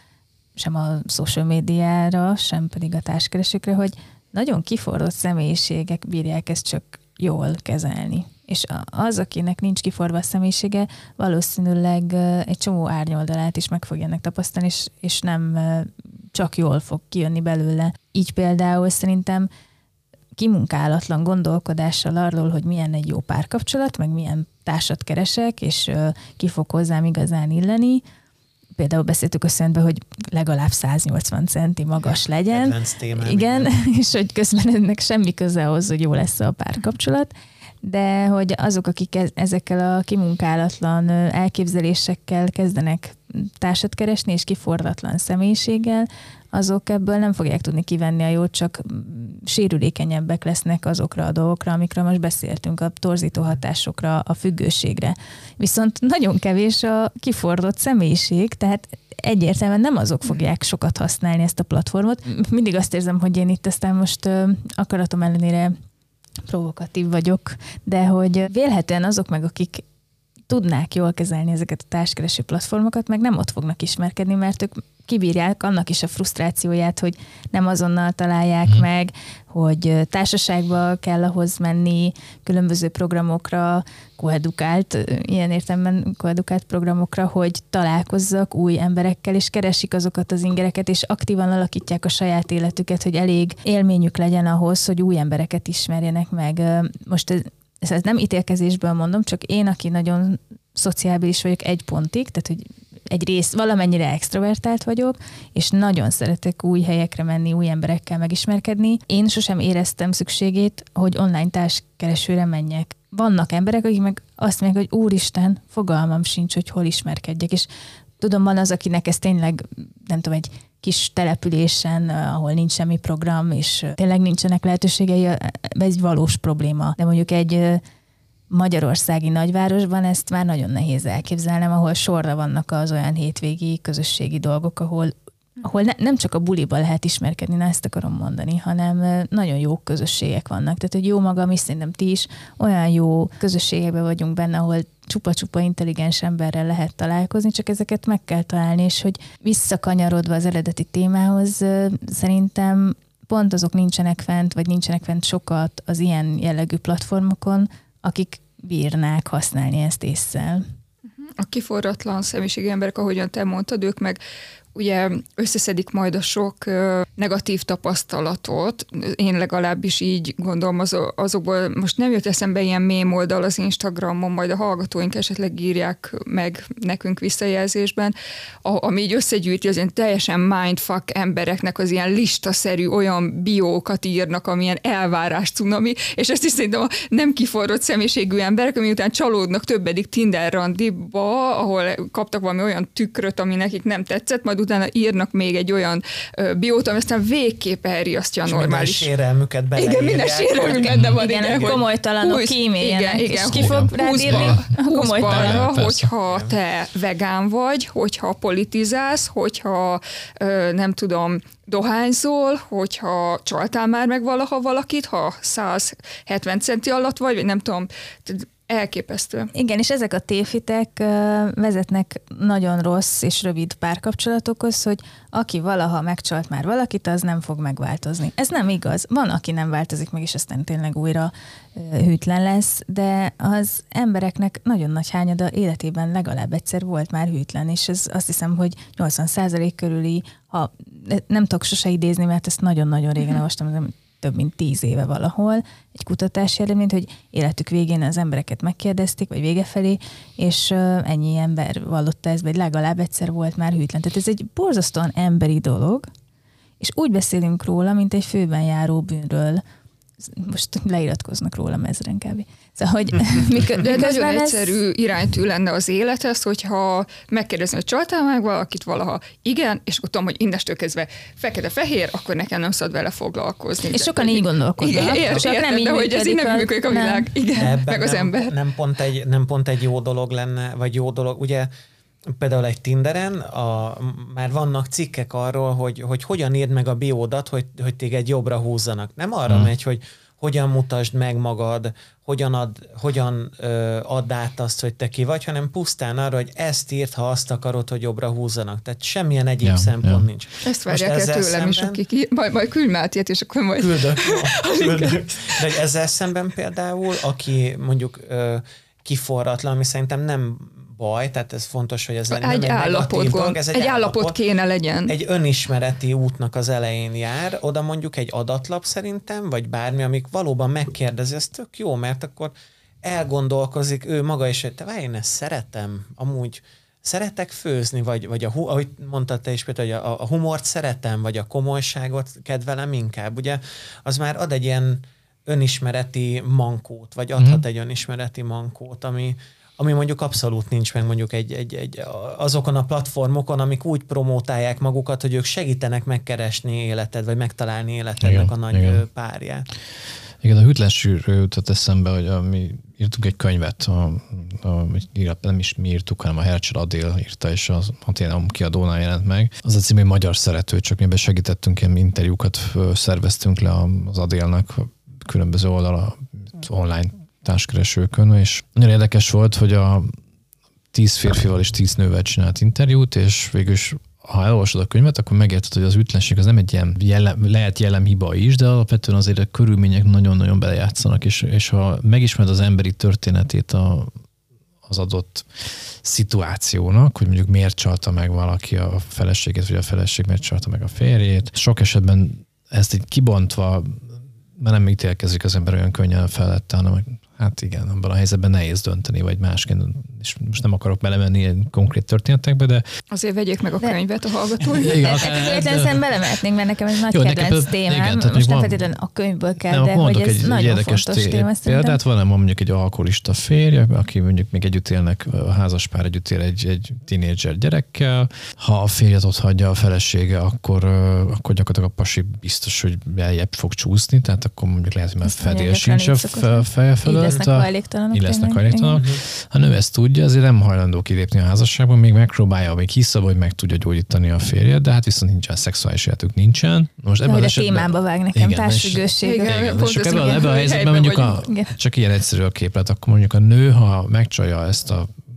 [SPEAKER 1] a social médiára, sem pedig a társkeresőkre, hogy nagyon kiforrott személyiségek bírják ezt csak jól kezelni. És az, akinek nincs kiforva a személyisége, valószínűleg egy csomó árnyoldalát is meg fogja ennek tapasztalni, és nem csak jól fog kijönni belőle. Így például szerintem kimunkálatlan gondolkodással arról, hogy milyen egy jó párkapcsolat, meg milyen társat keresek, és ki fog hozzám igazán illeni. Például beszéltük a szentbe, hogy legalább 180 centi magas legyen. Igen, és hogy közben ennek semmi köze ahhoz, hogy jó lesz a párkapcsolat. De hogy azok, akik ezekkel a kimunkálatlan elképzelésekkel kezdenek társat keresni, és kiforratlan személyiséggel, azok ebből nem fogják tudni kivenni a jót, csak sérülékenyebbek lesznek azokra a dolgokra, amikről most beszéltünk, a torzító hatásokra, a függőségre. Viszont nagyon kevés a kifordott személyiség, tehát egyértelműen nem azok fogják sokat használni ezt a platformot. Mindig azt érzem, hogy én itt aztán most akaratom ellenére provokatív vagyok, de hogy vélhetően azok meg, akik tudnák jól kezelni ezeket a társkereső platformokat, meg nem ott fognak ismerkedni, mert ők kibírják annak is a frusztrációját, hogy nem azonnal találják meg, hogy társaságba kell ahhoz menni, különböző programokra, ilyen értelemben koedukált programokra, hogy találkozzak új emberekkel, és keresik azokat az ingereket, és aktívan alakítják a saját életüket, hogy elég élményük legyen ahhoz, hogy új embereket ismerjenek meg. Most ez nem ítélkezésből mondom, csak én, aki nagyon szociábilis vagyok egy pontig, tehát hogy egyrészt valamennyire extrovertált vagyok, és nagyon szeretek új helyekre menni, új emberekkel megismerkedni. Én sosem éreztem szükségét, hogy online társkeresőre menjek. Vannak emberek, akik meg azt mondják, hogy úristen, fogalmam sincs, hogy hol ismerkedjek, és tudom, van az, akinek ez tényleg, nem tudom, egy kis településen, ahol nincs semmi program, és tényleg nincsenek lehetőségei, ez egy valós probléma. De mondjuk egy magyarországi nagyvárosban ezt már nagyon nehéz elképzelnem, ahol sorra vannak az olyan hétvégi közösségi dolgok, ahol nem csak a buliba lehet ismerkedni, ezt akarom mondani, hanem nagyon jó közösségek vannak. Tehát, hogy jó magam is, szerintem ti is olyan jó közösségekben vagyunk benne, ahol csupa-csupa intelligens emberrel lehet találkozni, csak ezeket meg kell találni, és hogy visszakanyarodva az eredeti témához, szerintem pont azok nincsenek fent sokat az ilyen jellegű platformokon, akik bírnák használni ezt ésszel.
[SPEAKER 3] A kiforratlan személyiségű emberek, ahogyan te mondtad, ők meg ugye összeszedik majd a sok negatív tapasztalatot. Én legalábbis így gondolom, azokból most nem jött eszembe ilyen mém oldal az Instagramon, majd a hallgatóink esetleg írják meg nekünk visszajelzésben, ami így összegyűjti az ilyen teljesen mindfuck embereknek az ilyen listaszerű olyan biókat írnak, amilyen elvárás cunami, és ezt is szerintem a nem kiforrott személyiségű emberek, ami után csalódnak többedik Tinder randiba, ahol kaptak valami olyan tükröt, ami nekik nem tetszett, majd utána írnak még egy olyan biót, ami aztán végképp elriasztja a normális.
[SPEAKER 4] Minden sérelmüket beleírják.
[SPEAKER 3] Igen, minden sérelmük benne van.
[SPEAKER 1] Igen, komolytalanok kíméljenek.
[SPEAKER 3] Igen,
[SPEAKER 1] ki fog rád írni?
[SPEAKER 3] Komolytalanok, hogyha te vegán vagy, hogyha politizálsz, hogyha nem tudom, dohányzol, hogyha csaltál már meg valaha valakit, ha 170 centi alatt vagy nem tudom, elképesztő.
[SPEAKER 1] Igen, és ezek a tévhitek vezetnek nagyon rossz és rövid párkapcsolatokhoz, hogy aki valaha megcsalt már valakit, az nem fog megváltozni. Ez nem igaz. Van, aki nem változik meg, és aztán tényleg újra hűtlen lesz, de az embereknek nagyon nagy hányada életében legalább egyszer volt már hűtlen, és ez azt hiszem, hogy 80% körüli, ha nem tudok sose idézni, mert ezt nagyon-nagyon régen olvastam, több mint 10 éve valahol, egy kutatási eredményt, hogy életük végén az embereket megkérdezték, vagy vége felé, és ennyi ember vallotta ezt, vagy legalább egyszer volt már hűtlen. Tehát ez egy borzasztóan emberi dolog, és úgy beszélünk róla, mint egy főben járó bűnről. Most leiratkoznak róla ezren kb. Szóval, hogy
[SPEAKER 3] de nagyon egyszerű iránytű lenne az élethez, hogyha megkérdezni, hogy csaltál meg valakit valaha, igen, és akkor tudom, hogy innestől kezdve fekete-fehér, akkor nekem nem szabad vele foglalkozni.
[SPEAKER 1] És sokan így gondolkodnak.
[SPEAKER 3] Csak nem így de hogy ez így nem működik a világ. Igen, meg az ember.
[SPEAKER 4] Nem pont egy jó dolog lenne, vagy jó dolog, ugye például egy Tinderen már vannak cikkek arról, hogy hogyan írd meg a biódat, hogy téged jobbra húzzanak. Nem arra megy, hogy hogyan mutasd meg magad, hogyan add át azt, hogy te ki vagy, hanem pusztán arra, hogy ezt írd, ha azt akarod, hogy jobbra húzzanak. Tehát semmilyen egyéb szempont nincs.
[SPEAKER 3] Ezt várják el tőlem szemben, is, akik majd küldj már ilyet, és akkor majd...
[SPEAKER 4] Küldök. De ezzel szemben például, aki mondjuk kiforratlan, ami szerintem nem baj, tehát ez fontos, hogy ez nem egy negatív dolog. Ez
[SPEAKER 3] egy állapot kéne legyen.
[SPEAKER 4] Egy önismereti útnak az elején jár, oda mondjuk egy adatlap szerintem, vagy bármi, amik valóban megkérdezi, ez tök jó, mert akkor elgondolkozik ő maga is, hogy te várj, én ezt szeretem, amúgy szeretek főzni, vagy ahogy mondtad te is, Péter, hogy a humort szeretem, vagy a komolyságot kedvelem inkább, ugye, az már ad egy ilyen önismereti mankót, vagy adhat egy önismereti mankót, ami mondjuk abszolút nincs meg mondjuk azokon a platformokon, amik úgy promótálják magukat, hogy ők segítenek megkeresni életed, vagy megtalálni életednek a nagy párját.
[SPEAKER 2] Igen, a hűtlenségről jutott eszembe, hogy mi írtuk egy könyvet, nem is mi írtuk, hanem a Hercsel Adél írta, és az Aténeum kiadónál jelent meg. Az a cím, hogy Magyar Szerető, csak mi segítettünk, ilyen interjúkat szerveztünk le az Adélnak különböző oldala, online társkeresőkön, és nagyon érdekes volt, hogy a 10 férfival és 10 nővel csinált interjút, és végülis ha elolvasod a könyvet, akkor megérted, hogy az hűtlenség az nem egy ilyen lehet jellemhiba is, de alapvetően azért a körülmények nagyon-nagyon belejátszanak, és ha megismered az emberi történetét az adott szituációnak, hogy mondjuk miért csalta meg valaki a feleségét, vagy a feleség miért csalta meg a férjét. Sok esetben ezt így kibontva már nem ítélkezik az ember olyan könnyen felette, hanem hát igen, abban a helyzetben nehéz dönteni, vagy másként, és most nem akarok belemenni ilyen konkrét történetekbe, de...
[SPEAKER 3] Azért vegyék meg a könyvet a hallgatói.
[SPEAKER 1] Egyébként belemehetnénk, mert nekem egy nagy kedvenc témám. Most nem feltétlenül a könyvből kell, de hogy ez nagyon fontos téma.
[SPEAKER 2] Példát van mondjuk egy alkoholista férj, aki mondjuk még együtt élnek, a házaspár együtt él egy tínédzser gyerekkel. Ha a férjet ott hagyja a felesége, akkor gyakorlatilag a pasi biztos, hogy eljebb fog csúszni, tehát akkor mondjuk lehet, hogy már fedél sincs a feje fölött. Így lesznek hajléktalanok. Ha nő ezt tudja, azért nem hajlandó kilépni a házasságban, még megpróbálja, még hisz abban, hogy meg tudja gyógyítani a férjet, de hát viszont nincsen szexuális életük, nincsen.
[SPEAKER 1] Most ebben a témába vág nekem társfüggőség.
[SPEAKER 2] És ebben a helyzetben mondjuk csak ilyen egyszerű a képlet, akkor mondjuk a nő, ha megcsalja ezt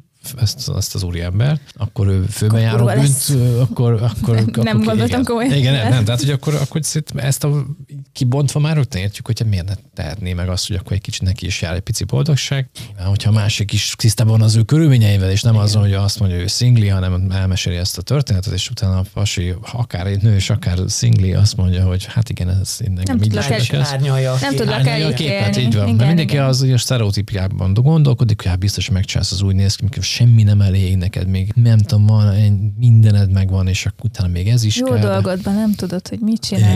[SPEAKER 2] az úriembert, akkor ő főben járó bűnt, akkor
[SPEAKER 1] nem gondoltam komolyan.
[SPEAKER 2] Igen, nem, tehát hogy akkor ezt kibontva már rögtön értjük, hogy miért ne tehetné meg azt, hogy akkor egy kicsit neki is jár egy pici boldogság. Hogyha a másik is tisztában az ő körülményeivel, és nem azon, hogy azt mondja, hogy ő szingli, hanem elmeséli ezt a történetet, és utána a pasi, akár egy nő, és akár szingli, azt mondja, hogy hát igen, ez engem így
[SPEAKER 1] nem tudlak elítélni.
[SPEAKER 2] Így van. Mert mindenki az a sztereotípiában gondolkodik, hogy hát biztos megcsinálsz, az úgy néz ki, semmi nem elég neked, még nem tudom, van, mindened megvan, és akkor utána még ez is
[SPEAKER 1] jó
[SPEAKER 2] kell.
[SPEAKER 1] Jó dolgodban nem tudod, hogy mit csinálj.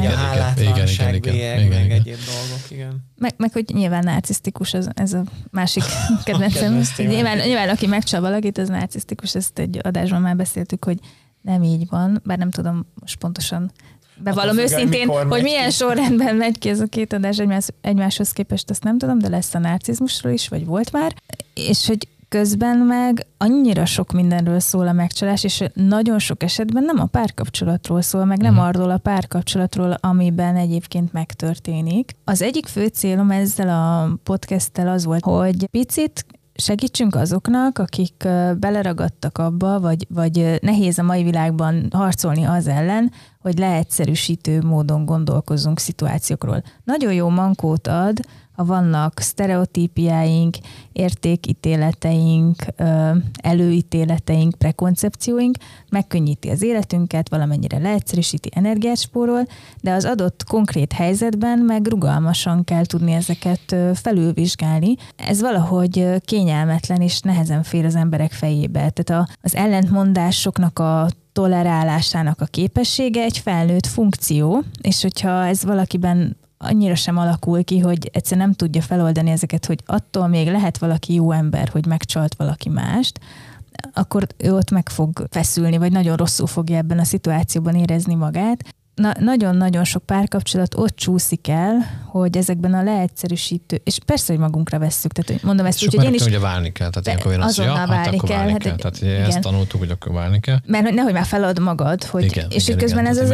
[SPEAKER 4] Igen, meg egyéb dolgok, igen.
[SPEAKER 1] Meg hogy nyilván narcisztikus, ez a másik kedvencem. Nyilván aki megcsal valakit, az narcisztikus, ezt egy adásban már beszéltük, hogy nem így van, bár nem tudom most pontosan bevallom őszintén, hogy milyen sorrendben megy ki ez a két adás egymáshoz képest, azt nem tudom, de lesz a narcizmusról is, vagy volt már, és hogy közben meg annyira sok mindenről szól a megcsalás, és nagyon sok esetben nem a párkapcsolatról szól, meg nem arról a párkapcsolatról, amiben egyébként megtörténik. Az egyik fő célom ezzel a podcasttel az volt, hogy picit segítsünk azoknak, akik beleragadtak abba, vagy nehéz a mai világban harcolni az ellen, hogy leegyszerűsítő módon gondolkozzunk szituációkról. Nagyon jó mankót ad, ha vannak sztereotípiáink, értékítéleteink, előítéleteink, prekoncepcióink, megkönnyíti az életünket, valamennyire leegyszerűsíti, energiát spórol, de az adott konkrét helyzetben meg rugalmasan kell tudni ezeket felülvizsgálni. Ez valahogy kényelmetlen és nehezen fér az emberek fejébe. Tehát az ellentmondásoknak a tolerálásának a képessége egy felnőtt funkció, és hogyha ez valakiben annyira sem alakul ki, hogy egyszer nem tudja feloldani ezeket, hogy attól még lehet valaki jó ember, hogy megcsalt valaki mást, akkor ő ott meg fog feszülni, vagy nagyon rosszul fogja ebben a szituációban érezni magát. Nagyon-nagyon sok párkapcsolat ott csúszik el, hogy ezekben a leegyszerűsítő, és persze, hogy magunkra vesszük, tehát mondom ezt úgy, hogy én is...
[SPEAKER 2] ugye válni kell, tehát ilyenkor jön az,
[SPEAKER 1] azonnal válni kell.
[SPEAKER 2] Tehát ezt tanultuk, hogy akkor válni kell.
[SPEAKER 1] Mert nehogy már felad magad, hogy, és hogy közben ez az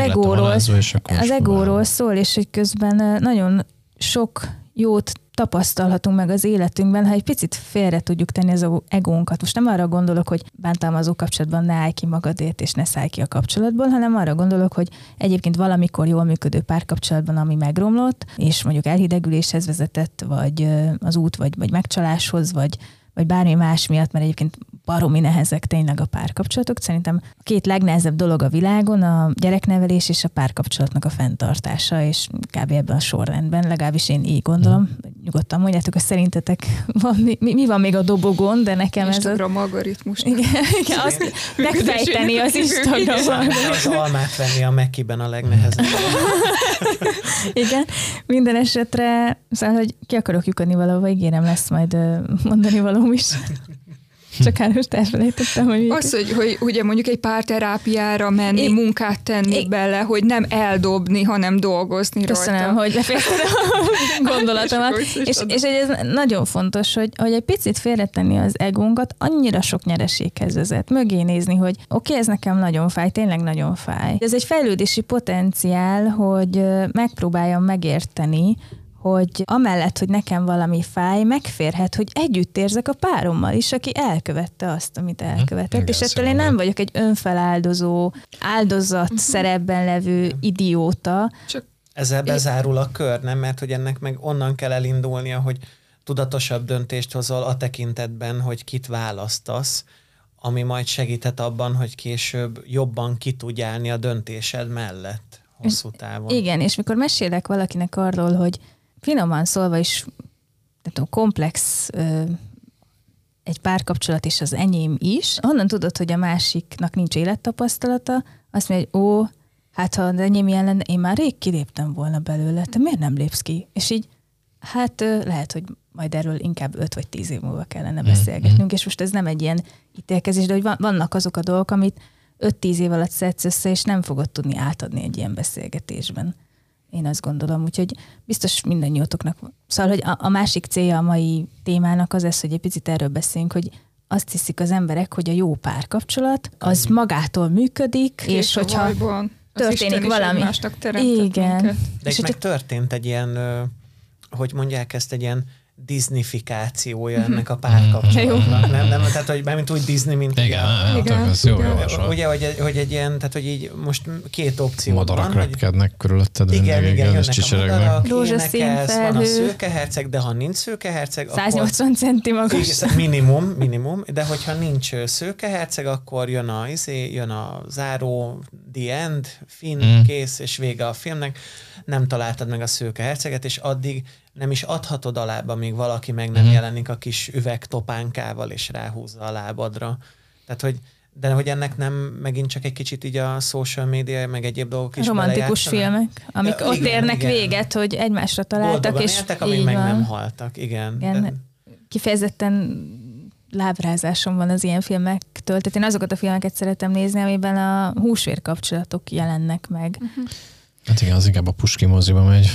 [SPEAKER 1] egóról szól, és hogy közben nagyon sok jót tapasztalhatunk meg az életünkben, ha egy picit félre tudjuk tenni az egónkat. Most nem arra gondolok, hogy bántalmazó kapcsolatban ne állj ki magadért, és ne szállj ki a kapcsolatból, hanem arra gondolok, hogy egyébként valamikor jól működő párkapcsolatban, ami megromlott, és mondjuk elhidegüléshez vezetett, vagy az út, vagy megcsaláshoz, vagy bármi más miatt, mert egyébként baromi nehezek tényleg a párkapcsolatok. Szerintem a két legnehezebb dolog a világon a gyereknevelés és a párkapcsolatnak a fenntartása, és kb. Ebben a sorrendben, legalábbis én így gondolom. Nyugodtan mondjátok, hogy szerintetek mi van még a dobogón, de nekem
[SPEAKER 3] Instagram algoritmus.
[SPEAKER 1] Igen, azt megfejteni az Instagramon.
[SPEAKER 4] Az almát venni a Mekiben a legnehezebb.
[SPEAKER 1] Igen, minden esetre, szóval, hogy ki akarok lyukadni valahova, ígérem, lesz majd mondani valóm is. Csak most elfelejtettem, hogy...
[SPEAKER 3] Az, hogy ugye mondjuk egy párterápiára menni, munkát tenni bele, hogy nem eldobni, hanem dolgozni rajta.
[SPEAKER 1] Köszönöm, hogy befejezted a gondolatomat. és ez nagyon fontos, hogy egy picit félretenni az egónkat, annyira sok nyereséghez vezet. Mögé nézni, hogy oké, ez nekem nagyon fáj, tényleg nagyon fáj. Ez egy fejlődési potenciál, hogy megpróbáljam megérteni, hogy amellett, hogy nekem valami fáj, megférhet, hogy együtt érzek a párommal is, aki elkövette azt, amit elkövetett. És ettől én nem vagyok egy önfeláldozó, áldozat szerepben levő idióta.
[SPEAKER 4] Csak ezzel bezárul a kör, nem? Mert hogy ennek meg onnan kell elindulnia, hogy tudatosabb döntést hozol a tekintetben, hogy kit választasz, ami majd segíthet abban, hogy később jobban ki tudj állni a döntésed mellett hosszú távon.
[SPEAKER 1] Igen, és mikor mesélek valakinek arról, hogy finoman szólva is, nem tudom, komplex egy párkapcsolat, és az enyém is, honnan tudod, hogy a másiknak nincs élettapasztalata, azt mondja, hogy hát ha az enyém ilyen lenne, én már rég kiléptem volna belőle, te miért nem lépsz ki? És így, hát lehet, hogy majd erről inkább 5 vagy 10 év múlva kellene beszélgetnünk, és most ez nem egy ilyen ítélkezés, de hogy vannak azok a dolgok, amit 5-10 év alatt szedsz össze, és nem fogod tudni átadni egy ilyen beszélgetésben. Én azt gondolom, úgyhogy biztos mindannyiótoknak. Szóval, hogy a másik célja a mai témának az lesz, hogy egy picit erről beszéljünk, hogy azt hiszik az emberek, hogy a jó párkapcsolat az magától működik, és hogyha történik valami.
[SPEAKER 3] Igen.
[SPEAKER 4] De itt meg történt egy ilyen, hogy mondják ezt, egy ilyen Disneyfikációja ennek a párkapcsolatnak. Nem, tehát, hogy mármint úgy Disney, mint...
[SPEAKER 2] Igen.
[SPEAKER 4] Ugye, hogy egy ilyen, tehát, hogy így most két opció van.
[SPEAKER 2] Madarak repkednek körülötted.
[SPEAKER 4] Igen, jönnek a madarak, énekelsz, van a szőkeherceg, de ha nincs szőkeherceg,
[SPEAKER 1] 180 centi magas.
[SPEAKER 4] Minimum, de hogyha nincs szőkeherceg, akkor jön a záró, the end, kész, és vége a filmnek. Nem találtad meg a szőkeherceget, és addig nem is adhatod a lába, míg valaki meg nem jelenik a kis üvegtopánkával, és ráhúzza a lábadra. Tehát, hogy ennek nem megint csak egy kicsit így a social media, meg egyéb dolgok is
[SPEAKER 1] romantikus filmek, amik ott érnek véget, hogy egymásra találtak,
[SPEAKER 4] boldogan
[SPEAKER 1] és
[SPEAKER 4] éltek, amíg meg nem haltak. Igen.
[SPEAKER 1] Kifejezetten lábrázásom van az ilyen filmektől. Tehát én azokat a filmeket szeretem nézni, amiben a húsvér kapcsolatok jelennek meg.
[SPEAKER 2] Hát igen, az inkább a Puski moziba megy.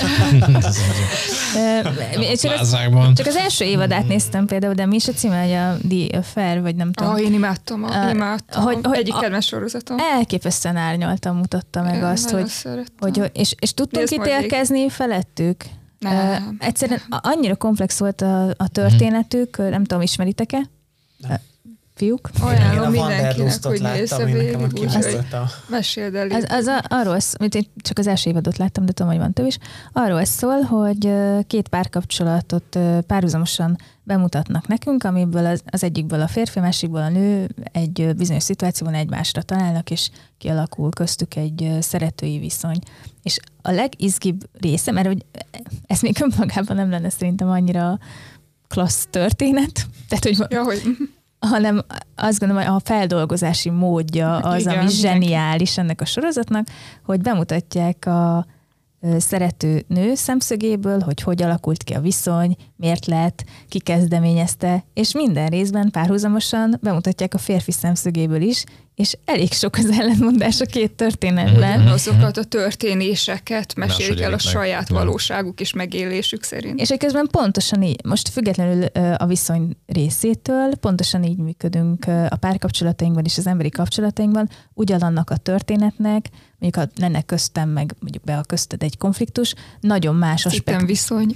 [SPEAKER 1] Csak az első évadát néztem például, de mi is a címe, hogy a The Affair, vagy nem tudom.
[SPEAKER 3] Én imádtam. Hogy egyik kedves sorozatom.
[SPEAKER 1] Elképesztően árnyaltan mutatta meg azt, hogy és tudtunk ítélkezni felettük. Egyszerűen annyira komplex volt a történetük, nem tudom, ismeritek-e? Fiúk?
[SPEAKER 3] Ajánlom mindenkinek, hogy nézze végig. Meséld el.
[SPEAKER 1] Arról én csak az első évadot láttam, de tudom, hogy van több is. Arról szól, hogy két párkapcsolatot párhuzamosan bemutatnak nekünk, amiből az egyikből a férfi, a másikból a nő egy bizonyos szituációban egymásra találnak, és kialakul köztük egy szeretői viszony. És a legizgibb része, mert hogy ez még önmagában nem lenne szerintem annyira klassz történet, tehát hogy hanem azt gondolom, hogy a feldolgozási módja az, ami zseniális ennek a sorozatnak, hogy bemutatják a szerető nő szemszögéből, hogy alakult ki a viszony, miért lett, ki kezdeményezte, és minden részben párhuzamosan bemutatják a férfi szemszögéből is, és elég sok az ellentmondás a két történetben.
[SPEAKER 3] Azokat a történéseket mesélik el a saját valóságuk és megélésük szerint.
[SPEAKER 1] És közben pontosan így, most függetlenül a viszony részétől, pontosan így működünk a párkapcsolatainkban és az emberi kapcsolatainkban, ugyanannak a történetnek, mondjuk ha lenne köztem, meg mondjuk be a közted egy konfliktus, nagyon más aspektus.
[SPEAKER 3] Viszony.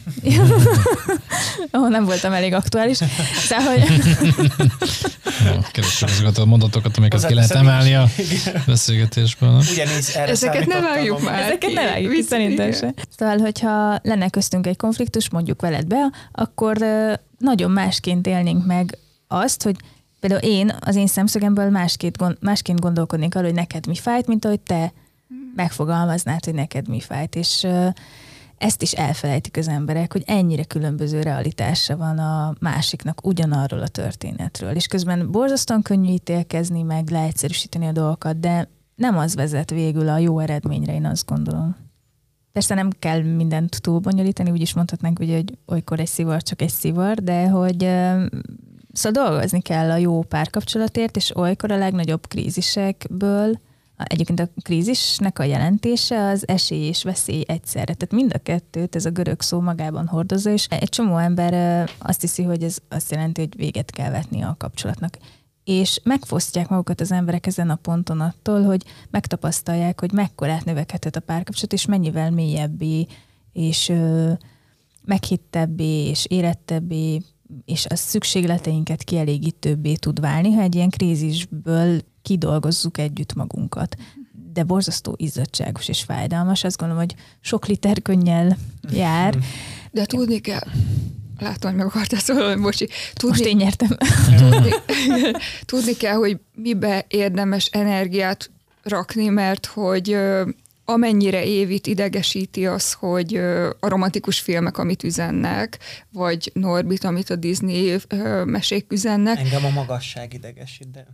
[SPEAKER 1] Ahol nem voltam elég aktuális. Szóval, hogy...
[SPEAKER 2] Keresem azokat a mondatokat, amiket ki lehet emelni a beszélgetésből.
[SPEAKER 3] Ezeket ne vágjuk már.
[SPEAKER 1] Ezeket ne vágjuk ki, szerintem se. Szóval, hogyha lenne köztünk egy konfliktus, mondjuk veled be, akkor nagyon másként élnénk meg azt, hogy például az én szemszögemből másként gondolkodnék arról, hogy neked mi fájt, mint ahogy te megfogalmaznád, hogy neked mi fájt. És ezt is elfelejtik az emberek, hogy ennyire különböző realitása van a másiknak ugyanarról a történetről. És közben borzasztóan könnyű ítélkezni, meg leegyszerűsíteni a dolgokat, de nem az vezet végül a jó eredményre, én azt gondolom. Persze nem kell mindent túlbonyolítani, úgy is mondhatnánk, ugye, hogy olykor egy szivar csak egy szivar, de hogy szóval dolgozni kell a jó párkapcsolatért, és olykor a legnagyobb krízisekből, egyébként a krízisnek a jelentése az esély és veszély egyszerre. Tehát mind a kettőt ez a görög szó magában hordozza, és egy csomó ember azt hiszi, hogy ez azt jelenti, hogy véget kell vetni a kapcsolatnak. És megfosztják magukat az emberek ezen a ponton attól, hogy megtapasztalják, hogy mekkorát növekedhet a párkapcsolat, és mennyivel mélyebbé, és meghittebbé, és érettebbé, és a szükségleteinket kielégítőbbé tud válni, ha egy ilyen krízisből kidolgozzuk együtt magunkat. De borzasztó izzadságos és fájdalmas. Azt gondolom, hogy sok liter könnyel jár.
[SPEAKER 3] De tudni kell, látom, hogy meg akartál szólni, bocsi.
[SPEAKER 1] Most én nyertem.
[SPEAKER 3] Tudni kell, hogy mibe érdemes energiát rakni, mert hogy amennyire Évit idegesíti az, hogy a romantikus filmek, amit üzennek, vagy Norbit, amit a Disney mesék üzennek.
[SPEAKER 4] Engem a magasság idegesít, de...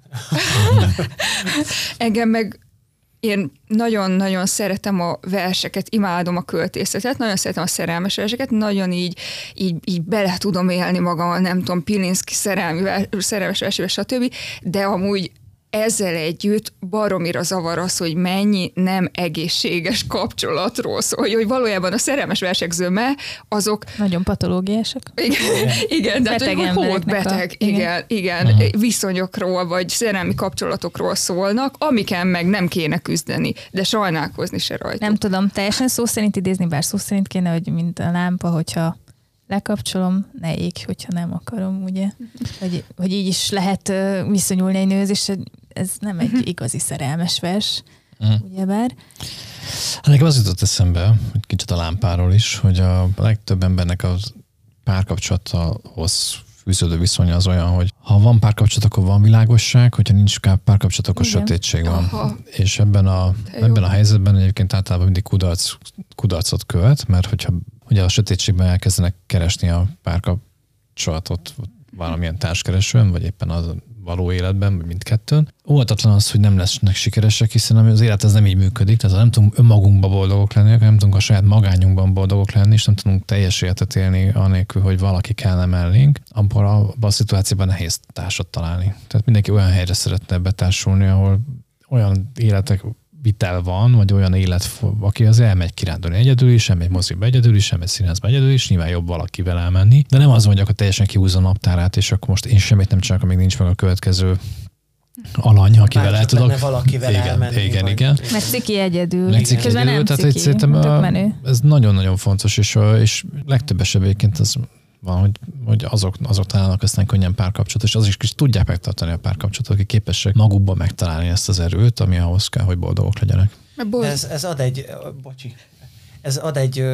[SPEAKER 3] Engem meg én nagyon-nagyon szeretem a verseket, imádom a költészetet, nagyon szeretem a szerelmes verseket, nagyon így bele tudom élni magam, nem tudom, Pilinszky szerelmes versével, stb. De amúgy ezzel együtt baromira zavar az, hogy mennyi nem egészséges kapcsolatról szól, hogy valójában a szerelmes versek zöme, azok...
[SPEAKER 1] Nagyon patológiásak.
[SPEAKER 3] Igen, de hogy beteg, igen, viszonyokról, vagy szerelmi kapcsolatokról szólnak, amiken meg nem kéne küzdeni, de sajnálkozni se rajta.
[SPEAKER 1] Nem tudom, teljesen szó szerint idézni, bár szó szerint kéne, hogy mint a lámpa, hogyha lekapcsolom, ne ég, hogyha nem akarom, ugye? Hogy így is lehet viszonyulni egy nőhöz, és ez nem egy igazi szerelmes vers, ugyebár.
[SPEAKER 2] Nekem az jutott eszembe, hogy kicsit a lámpáról is, hogy a legtöbb embernek a párkapcsolathoz fűződő viszonya az olyan, hogy ha van párkapcsolat, akkor van világosság, hogyha nincs párkapcsolat, akkor sötétség van. Aha. És ebben a helyzetben egyébként általában mindig kudarcot követ, mert hogyha ugye a sötétségben elkezdenek keresni a párkapcsolatot valamilyen társkeresőn, vagy éppen az való életben, vagy mindkettőn. Óvatatlan az, hogy nem lesznek sikeresek, hiszen az élet ez nem így működik, tehát nem tudunk önmagunkban boldogok lenni, nem tudunk a saját magányunkban boldogok lenni, és nem tudunk teljes életet élni anélkül, hogy valaki kellene mellénk, abban a szituációban nehéz társat találni. Tehát mindenki olyan helyre szeretne betársulni, ahol olyan életek vitel van, vagy olyan élet, aki az elmegy kirándulni egyedül is, elmegy moziba egyedül is, elmegy színházba egyedül is, nyilván jobb valakivel elmenni. De nem az van, hogy akkor teljesen kihúzza a naptárát, és akkor most én semmit nem csinálok, amíg nincs meg a következő alany, akivel el tudok.
[SPEAKER 4] Valakivel elmenni.
[SPEAKER 2] Igen.
[SPEAKER 1] Mert ciki egyedül.
[SPEAKER 2] Közben nem ciki. Szerintem ez nagyon-nagyon fontos, és legtöbb esetben egyébként az van, hogy azok találnak aztán könnyen párkapcsolatot, és azok is tudják megtartani a párkapcsolatot, akik képesek magukban megtalálni ezt az erőt, ami ahhoz kell, hogy boldogok legyenek. Ez ad egy,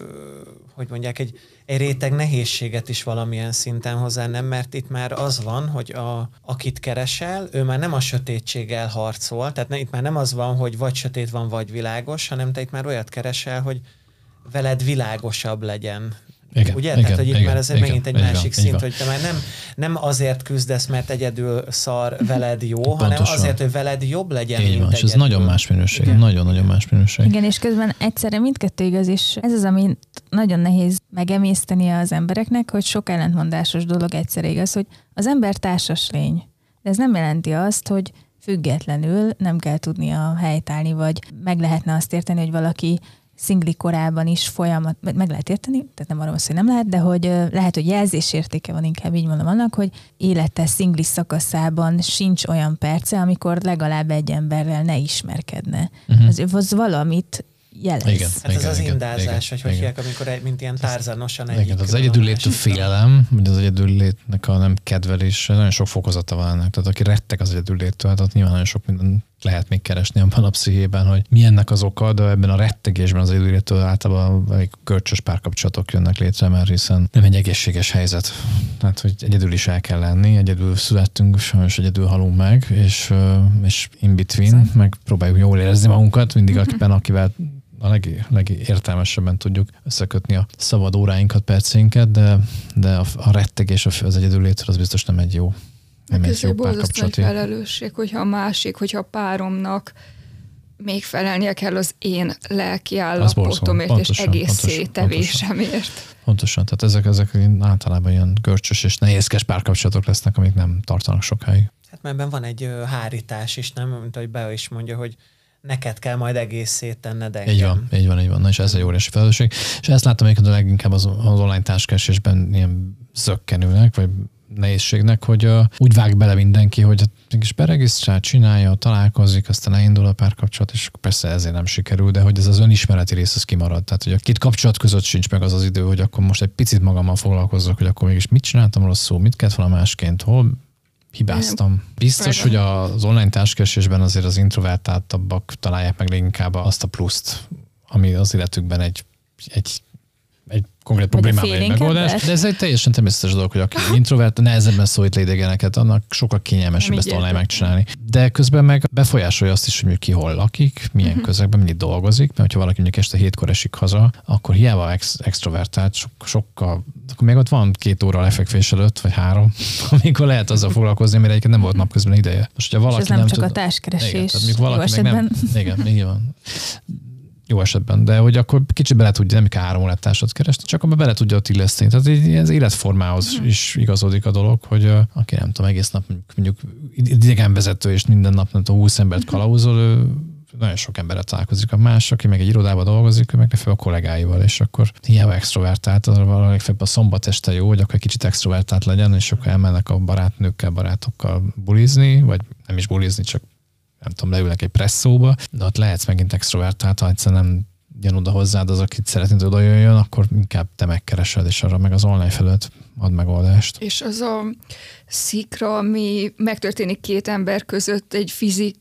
[SPEAKER 2] hogy mondják, egy réteg nehézséget is valamilyen szinten hozzá, nem? Mert itt már az van, hogy akit keresel, ő már nem a sötétséggel harcol, tehát itt már nem az van, hogy vagy sötét van, vagy világos, hanem te itt már olyat keresel, hogy veled világosabb legyen. Igen, ugye? Tehát, hogy itt már ez megint egy másik szint, hogy te már nem azért küzdesz, mert egyedül szar veled jó, pontosan, hanem azért, hogy veled jobb legyen, mint egyedül. És ez nagyon más minőség, nagyon-nagyon más minőség.
[SPEAKER 1] Igen, és közben egyszerre mindkettő igaz, és ez az, ami nagyon nehéz megemésztenie az embereknek, hogy sok ellentmondásos dolog egyszerre igaz, hogy az ember társas lény. De ez nem jelenti azt, hogy függetlenül nem kell tudnia helytállni, vagy meg lehetne azt érteni, hogy valaki szingli korában is meg lehet érteni, tehát nem arról, hogy nem lehet, de hogy lehet, hogy jelzésértéke van, inkább így mondom annak, hogy élete szingli szakaszában sincs olyan perce, amikor legalább egy emberrel ne ismerkedne. Az valamit jelez.
[SPEAKER 4] Igen, hát ez az indázás, vagy hogy hívják, amikor mint ilyen tárzanosan egyik.
[SPEAKER 2] Igen, az egyedüllétű félelem, vagy az egyedüllétnek a nem kedvelés, nagyon sok fokozata van ennek. Tehát aki rettek az egyedülléttől, tehát nyilván nagyon sok minden lehet még keresni abban a pszichében, hogy mi ennek az oka, de ebben a rettegésben az egyedülléttől általában görcsös párkapcsolatok jönnek létre, mert hiszen nem egy egészséges helyzet. Tehát, hogy egyedül is el kell lenni, egyedül születtünk, sajnos egyedül halunk meg, és in between, meg próbáljuk jól érezni magunkat, mindig akivel a legértelmesebben tudjuk összekötni a szabad óráinkat, percénket, de a rettegés az egyedüllétről az biztos nem egy jó, nem egy jó párkapcsolati.
[SPEAKER 3] Ez egy felelősség, hogyha a másik, hogyha a páromnak még felelnie kell az én lelki állapotomért és egészé tevésemért.
[SPEAKER 2] Pontosan, tehát ezek általában ilyen görcsös és nehézkes párkapcsolatok lesznek, amik nem tartanak sokáig.
[SPEAKER 4] Hát mert ebben van egy hárítás is, nem? Mint ahogy Bea is mondja, hogy neked kell majd egészét tenned engem.
[SPEAKER 2] Így van. Na, és ez egy óriási felelősség. És ezt láttam egyébként leginkább az online társkeresésben ilyen zökkenőnek, vagy nehézségnek, hogy úgy vág bele mindenki, hogy mégis beregisztrál, csinálja, találkozik, aztán elindul a párkapcsolat, és persze ezért nem sikerül, de hogy ez az önismereti rész az kimarad. Tehát, hogy a két kapcsolat között sincs meg az idő, hogy akkor most egy picit magammal foglalkozzak, hogy akkor mégis mit csináltam rosszul, mit kellett volna másként, hol hibáztam. Biztos, hogy az online társkeresésben azért az introvertáltabbak találják meg leginkább azt a pluszt, ami az életükben egy konkrét problémában egy megoldás. De ez egy teljesen természetes dolog, hogy aki introvert, nehezebben szólít le idegeneket, annak sokkal kényelmesebb ezt online megcsinálni. De közben meg befolyásolja azt is, hogy ki hol lakik, milyen közegben, mindig dolgozik, mert hogyha valaki mondjuk este 7-kor esik haza, akkor hiába extrovertált, sokkal, akkor még ott van 2 óra lefekvés előtt, vagy 3, amikor lehet azzal foglalkozni, mert egyébként nem volt napközben ideje.
[SPEAKER 1] Most, valaki és ez nem csak a társkeresés.
[SPEAKER 2] Igen, így van. Jó esetben, de hogy akkor kicsit bele tudja, nem kell 3 órát társat keresni, csak abban bele tudja ott illeszteni. Tehát az életformához is igazodik a dolog, hogy aki nem tudom, egész nap mondjuk idegenvezető és minden nap nem tudom, 20 embert kalauzol, ő nagyon sok emberrel találkozik. A más, aki meg egy irodában dolgozik, ő meg legfeljebb a kollégáival, és akkor hiába extrovertált, legfeljebb a szombat este jó, hogy akkor egy kicsit extrovertált legyen, és akkor elmennek a barátnőkkel, barátokkal bulizni, vagy nem is bulizni, csak nem tudom, leülnek egy presszóba, de ott lehetsz megint extrovertált, ha egyszer nem jön oda hozzád az, akit szeretnéd oda jöjjön, akkor inkább te megkeresed, és arra meg az online felület ad megoldást.
[SPEAKER 3] És az a szikra, ami megtörténik 2 ember között egy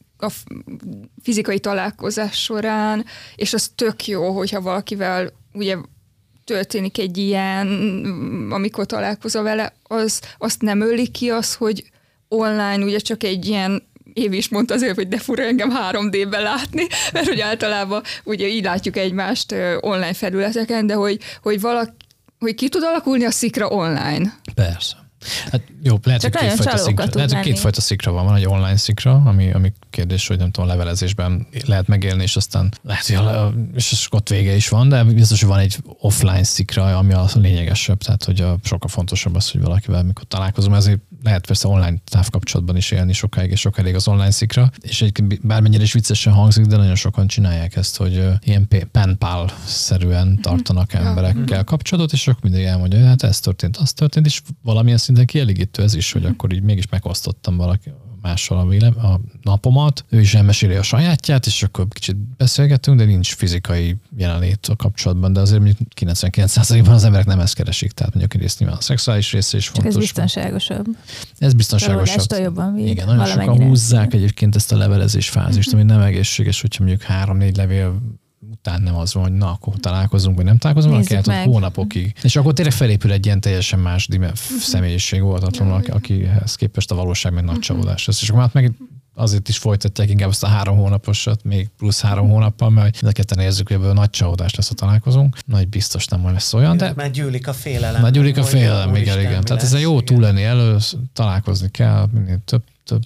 [SPEAKER 3] fizikai találkozás során, és az tök jó, hogyha valakivel ugye történik egy ilyen, amikor találkozol vele, azt nem öli ki az, hogy online ugye csak egy ilyen Évi is mondta azért, hogy de fura engem 3D-ben látni, mert hogy általában ugye így látjuk egymást online felületeken, de hogy ki tud alakulni a szikra online.
[SPEAKER 2] Persze. Hát jó, lehet, hogy kétfajta szikra van. Van egy online szikra, ami kérdés, hogy nem tudom, levelezésben lehet megélni, és aztán lehet, hogy és ott vége is van, de biztos, hogy van egy offline szikra, ami a lényegesebb, tehát hogy sokkal fontosabb az, hogy valakivel mikor találkozom, ezért lehet persze online távkapcsolatban is élni sokáig, és sokáig az online szikra, és bármennyire is viccesen hangzik, de nagyon sokan csinálják ezt, hogy ilyen penpál-szerűen tartanak emberekkel kapcsolatot, és sok mindig elmondja, hogy hát ez történt, az történt, és valamilyen szinten kielégítő ez is, hogy akkor így mégis megosztottam valaki mással a napomat, ő is elmeséli a sajátját, és akkor kicsit beszélgetünk, de nincs fizikai jelenlét a kapcsolatban, de azért mondjuk 99%-ban az emberek nem ezt keresik, tehát mondjuk egyrészt nyilván a szexuális része is fontos.
[SPEAKER 1] Csak ez biztonságosabb.
[SPEAKER 2] Ez biztonságosabb.
[SPEAKER 1] Jobban víg.
[SPEAKER 2] Igen, nagyon sokan húzzák egyébként ezt a levelezés fázist, ami nem egészséges, hogyha mondjuk 3-4 levél után nem az van, hogy na, akkor találkozunk, vagy nem találkozunk, aki eltud hónapokig. És akkor tényleg felépül egy ilyen teljesen más személyiség voltatlanul, akihez képest a valóság még nagy csalódás lesz. És akkor már meg azért is folytatják inkább azt a 3 hónaposat, még plusz 3 hónappal, mert mind a ketten érzük, hogy ebből nagy csalódás lesz, ha találkozunk. Nagy biztos nem lesz olyan, de...
[SPEAKER 4] Már gyűlik a félelem.
[SPEAKER 2] Már gyűlik a félelem, igen. Tehát ezen jó túl lenni találkozni kell, minél több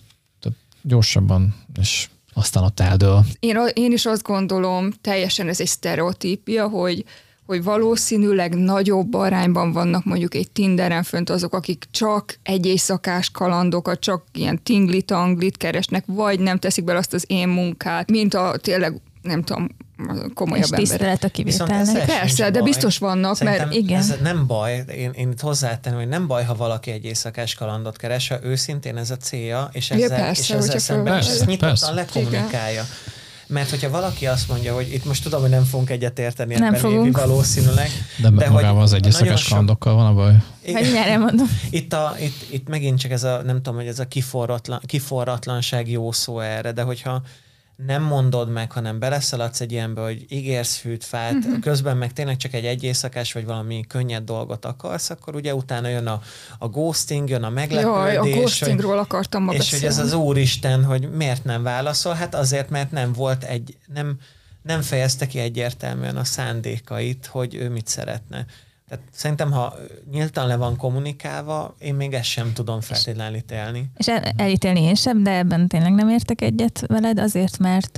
[SPEAKER 2] gyorsabban, és aztán ott eldől.
[SPEAKER 3] Én is azt gondolom, teljesen ez egy sztereotípia, hogy valószínűleg nagyobb arányban vannak mondjuk egy Tinderen fönt azok, akik csak egy éjszakás kalandokat, csak ilyen tinglit-anglit keresnek, vagy nem teszik bele azt az én munkát, mint a tényleg, nem tudom, komolyabb emberek. És
[SPEAKER 1] tisztelet a kivételnek.
[SPEAKER 3] Persze, de biztos vannak,
[SPEAKER 4] szerintem
[SPEAKER 3] mert
[SPEAKER 1] igen.
[SPEAKER 4] Ez nem baj, én itt hozzátenném, hogy nem baj, ha valaki egy éjszakás kalandot keres, ha őszintén ez a célja, és ezzel szemben ezt nyitottan lekommunikálja. Igen. Mert hogyha valaki azt mondja, hogy itt most tudom, hogy nem fogunk egyetérteni ebben Évi valószínűleg.
[SPEAKER 2] De magával az egy éjszakás kalandokkal van a baj.
[SPEAKER 1] Mindjárt elmondom.
[SPEAKER 4] Itt megint csak ez a, nem tudom, hogy ez a kiforratlanság jó szó erre, de hogyha nem mondod meg, hanem beleszaladsz egy ilyenbe, hogy ígérsz hűtfát, közben meg tényleg csak egy éjszakás vagy valami könnyed dolgot akarsz, akkor ugye utána jön a ghosting, jön a meglepődés.
[SPEAKER 3] Jaj, a ghostingról akartam ma
[SPEAKER 4] beszélni. És hogy ez az úristen, hogy miért nem válaszol? Hát azért, mert nem volt nem fejezte ki egyértelműen a szándékait, hogy ő mit szeretne. Tehát szerintem, ha nyíltan le van kommunikálva, én még ezt sem tudom feltétlenül ítélni.
[SPEAKER 1] És elítélni én sem, de ebben tényleg nem értek egyet veled, azért, mert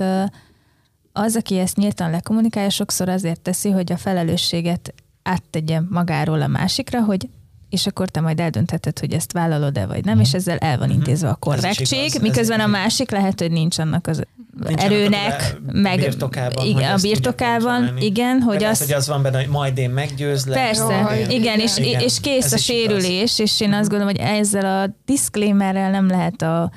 [SPEAKER 1] az, aki ezt nyíltan lekommunikálja, sokszor azért teszi, hogy a felelősséget áttegye magáról a másikra, hogy és akkor te majd eldöntheted, hogy ezt vállalod-e vagy nem, és ezzel el van intézve a korrektség, miközben a másik lehet, hogy nincs annak az erőnek, meg a birtokában, igen, hogy
[SPEAKER 4] az... hogy az van benne, hogy majd én meggyőzlek.
[SPEAKER 1] Persze, igen, és kész a sérülés, és én azt gondolom, hogy ezzel a disclaimerrel nem lehet a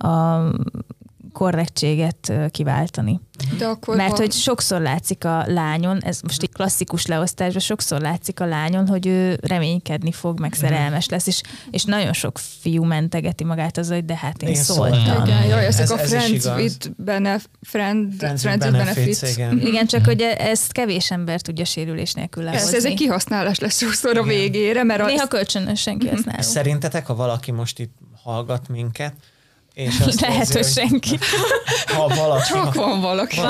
[SPEAKER 1] korrektséget kiváltani. Mert hogy sokszor látszik a lányon, ez most egy klasszikus leosztásban, sokszor látszik a lányon, hogy ő reménykedni fog, meg szerelmes lesz, és nagyon sok fiú mentegeti magát az, hogy de hát én szóltam.
[SPEAKER 3] Jaj, ezek a Friends with Benefits.
[SPEAKER 1] Igen, csak hogy ezt kevés ember tudja sérülés nélkül lehozni.
[SPEAKER 3] Ez egy kihasználás lesz sokszor a végére, mert
[SPEAKER 1] néha kölcsönösen kihasználunk.
[SPEAKER 4] Szerintetek, ha valaki most itt hallgat minket, és azt
[SPEAKER 1] lehet, hogy senki.
[SPEAKER 4] Ha valaki,
[SPEAKER 3] csak van valaki.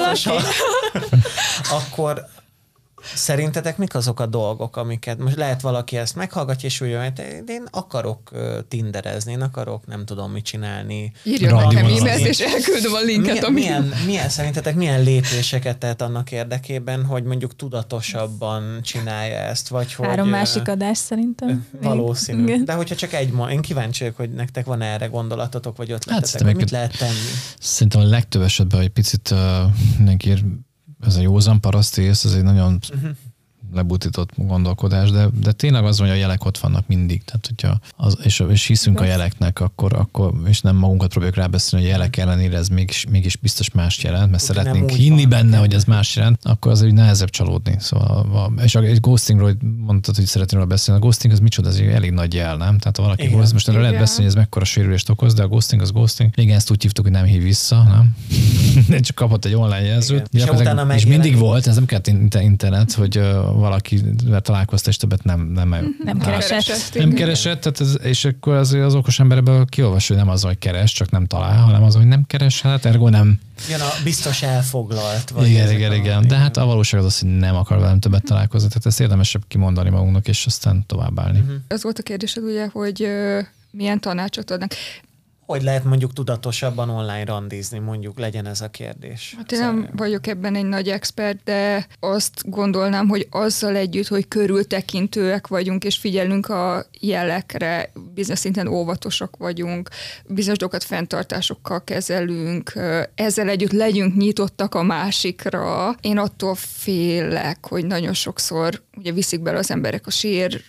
[SPEAKER 4] Akkor szerintetek mik azok a dolgok, amiket most lehet valaki ezt meghallgatja, és úgy hogy én akarok tinderezni, én akarok nem tudom mit csinálni.
[SPEAKER 3] Írjon nekem e-mailt, és elküldöm a linket.
[SPEAKER 4] Szerintetek milyen lépéseket tehet annak érdekében, hogy mondjuk tudatosabban csinálja ezt, vagy hogy...
[SPEAKER 1] 3 másik adás szerintem.
[SPEAKER 4] Valószínű. Igen. De hogyha csak én kíváncsi vagyok, hogy nektek van erre gondolatotok, vagy ötletetek, hogy mit lehet tenni.
[SPEAKER 2] Szerintem a legtöbb esetben, hogy picit mindenki ez a józan paraszti ész, ez egy nagyon lebutított gondolkodás, de tényleg az, hogy a jelek ott vannak mindig. Tehát, hogyha és hiszünk a jeleknek, akkor és nem magunkat próbáljuk rábeszélni, hogy a jelek ellenére ez mégis biztos más jelent, mert szeretnénk hinni benne, hogy ez más jelent, akkor az úgy nehezebb csalódni. Szóval, és egy ghostingról mondtad, hogy szeretnél beszélni. A ghosting az micsoda, ez egy elég nagy jel, nem? Tehát ha valaki ghosting, most erről lehet beszélni, hogy ez mekkora sérülést okoz, de a ghosting az ghosting. Igen, ezt úgy hívtuk, hogy nem hív vissza, nem? Nem csak kapott egy online jelzőt. És mindig volt, ez nem kellett internet, hogy valakivel találkozta, és többet
[SPEAKER 1] nem
[SPEAKER 2] keresett, tehát és akkor az okos ember ebből kiolvasja, hogy nem az, hogy keres, csak nem talál, hanem az, hogy nem keres, hát ergo nem.
[SPEAKER 4] Jön a biztos elfoglalt.
[SPEAKER 2] Vagy igen. De hát a valóság az, hogy nem akar velem többet találkozni, tehát ezt érdemesebb kimondani magunknak, és aztán továbbállni.
[SPEAKER 3] Az volt a kérdésed ugye, hogy milyen tanácsot adnak.
[SPEAKER 4] Hogy lehet mondjuk tudatosabban online randizni, mondjuk legyen ez a kérdés?
[SPEAKER 3] Hát én nem vagyok ebben egy nagy expert, de azt gondolnám, hogy azzal együtt, hogy körültekintőek vagyunk, és figyelünk a jelekre, bizonyos szinten óvatosak vagyunk, bizonyos dolgokat fenntartásokkal kezelünk, ezzel együtt legyünk nyitottak a másikra. Én attól félek, hogy nagyon sokszor ugye viszik bele az emberek a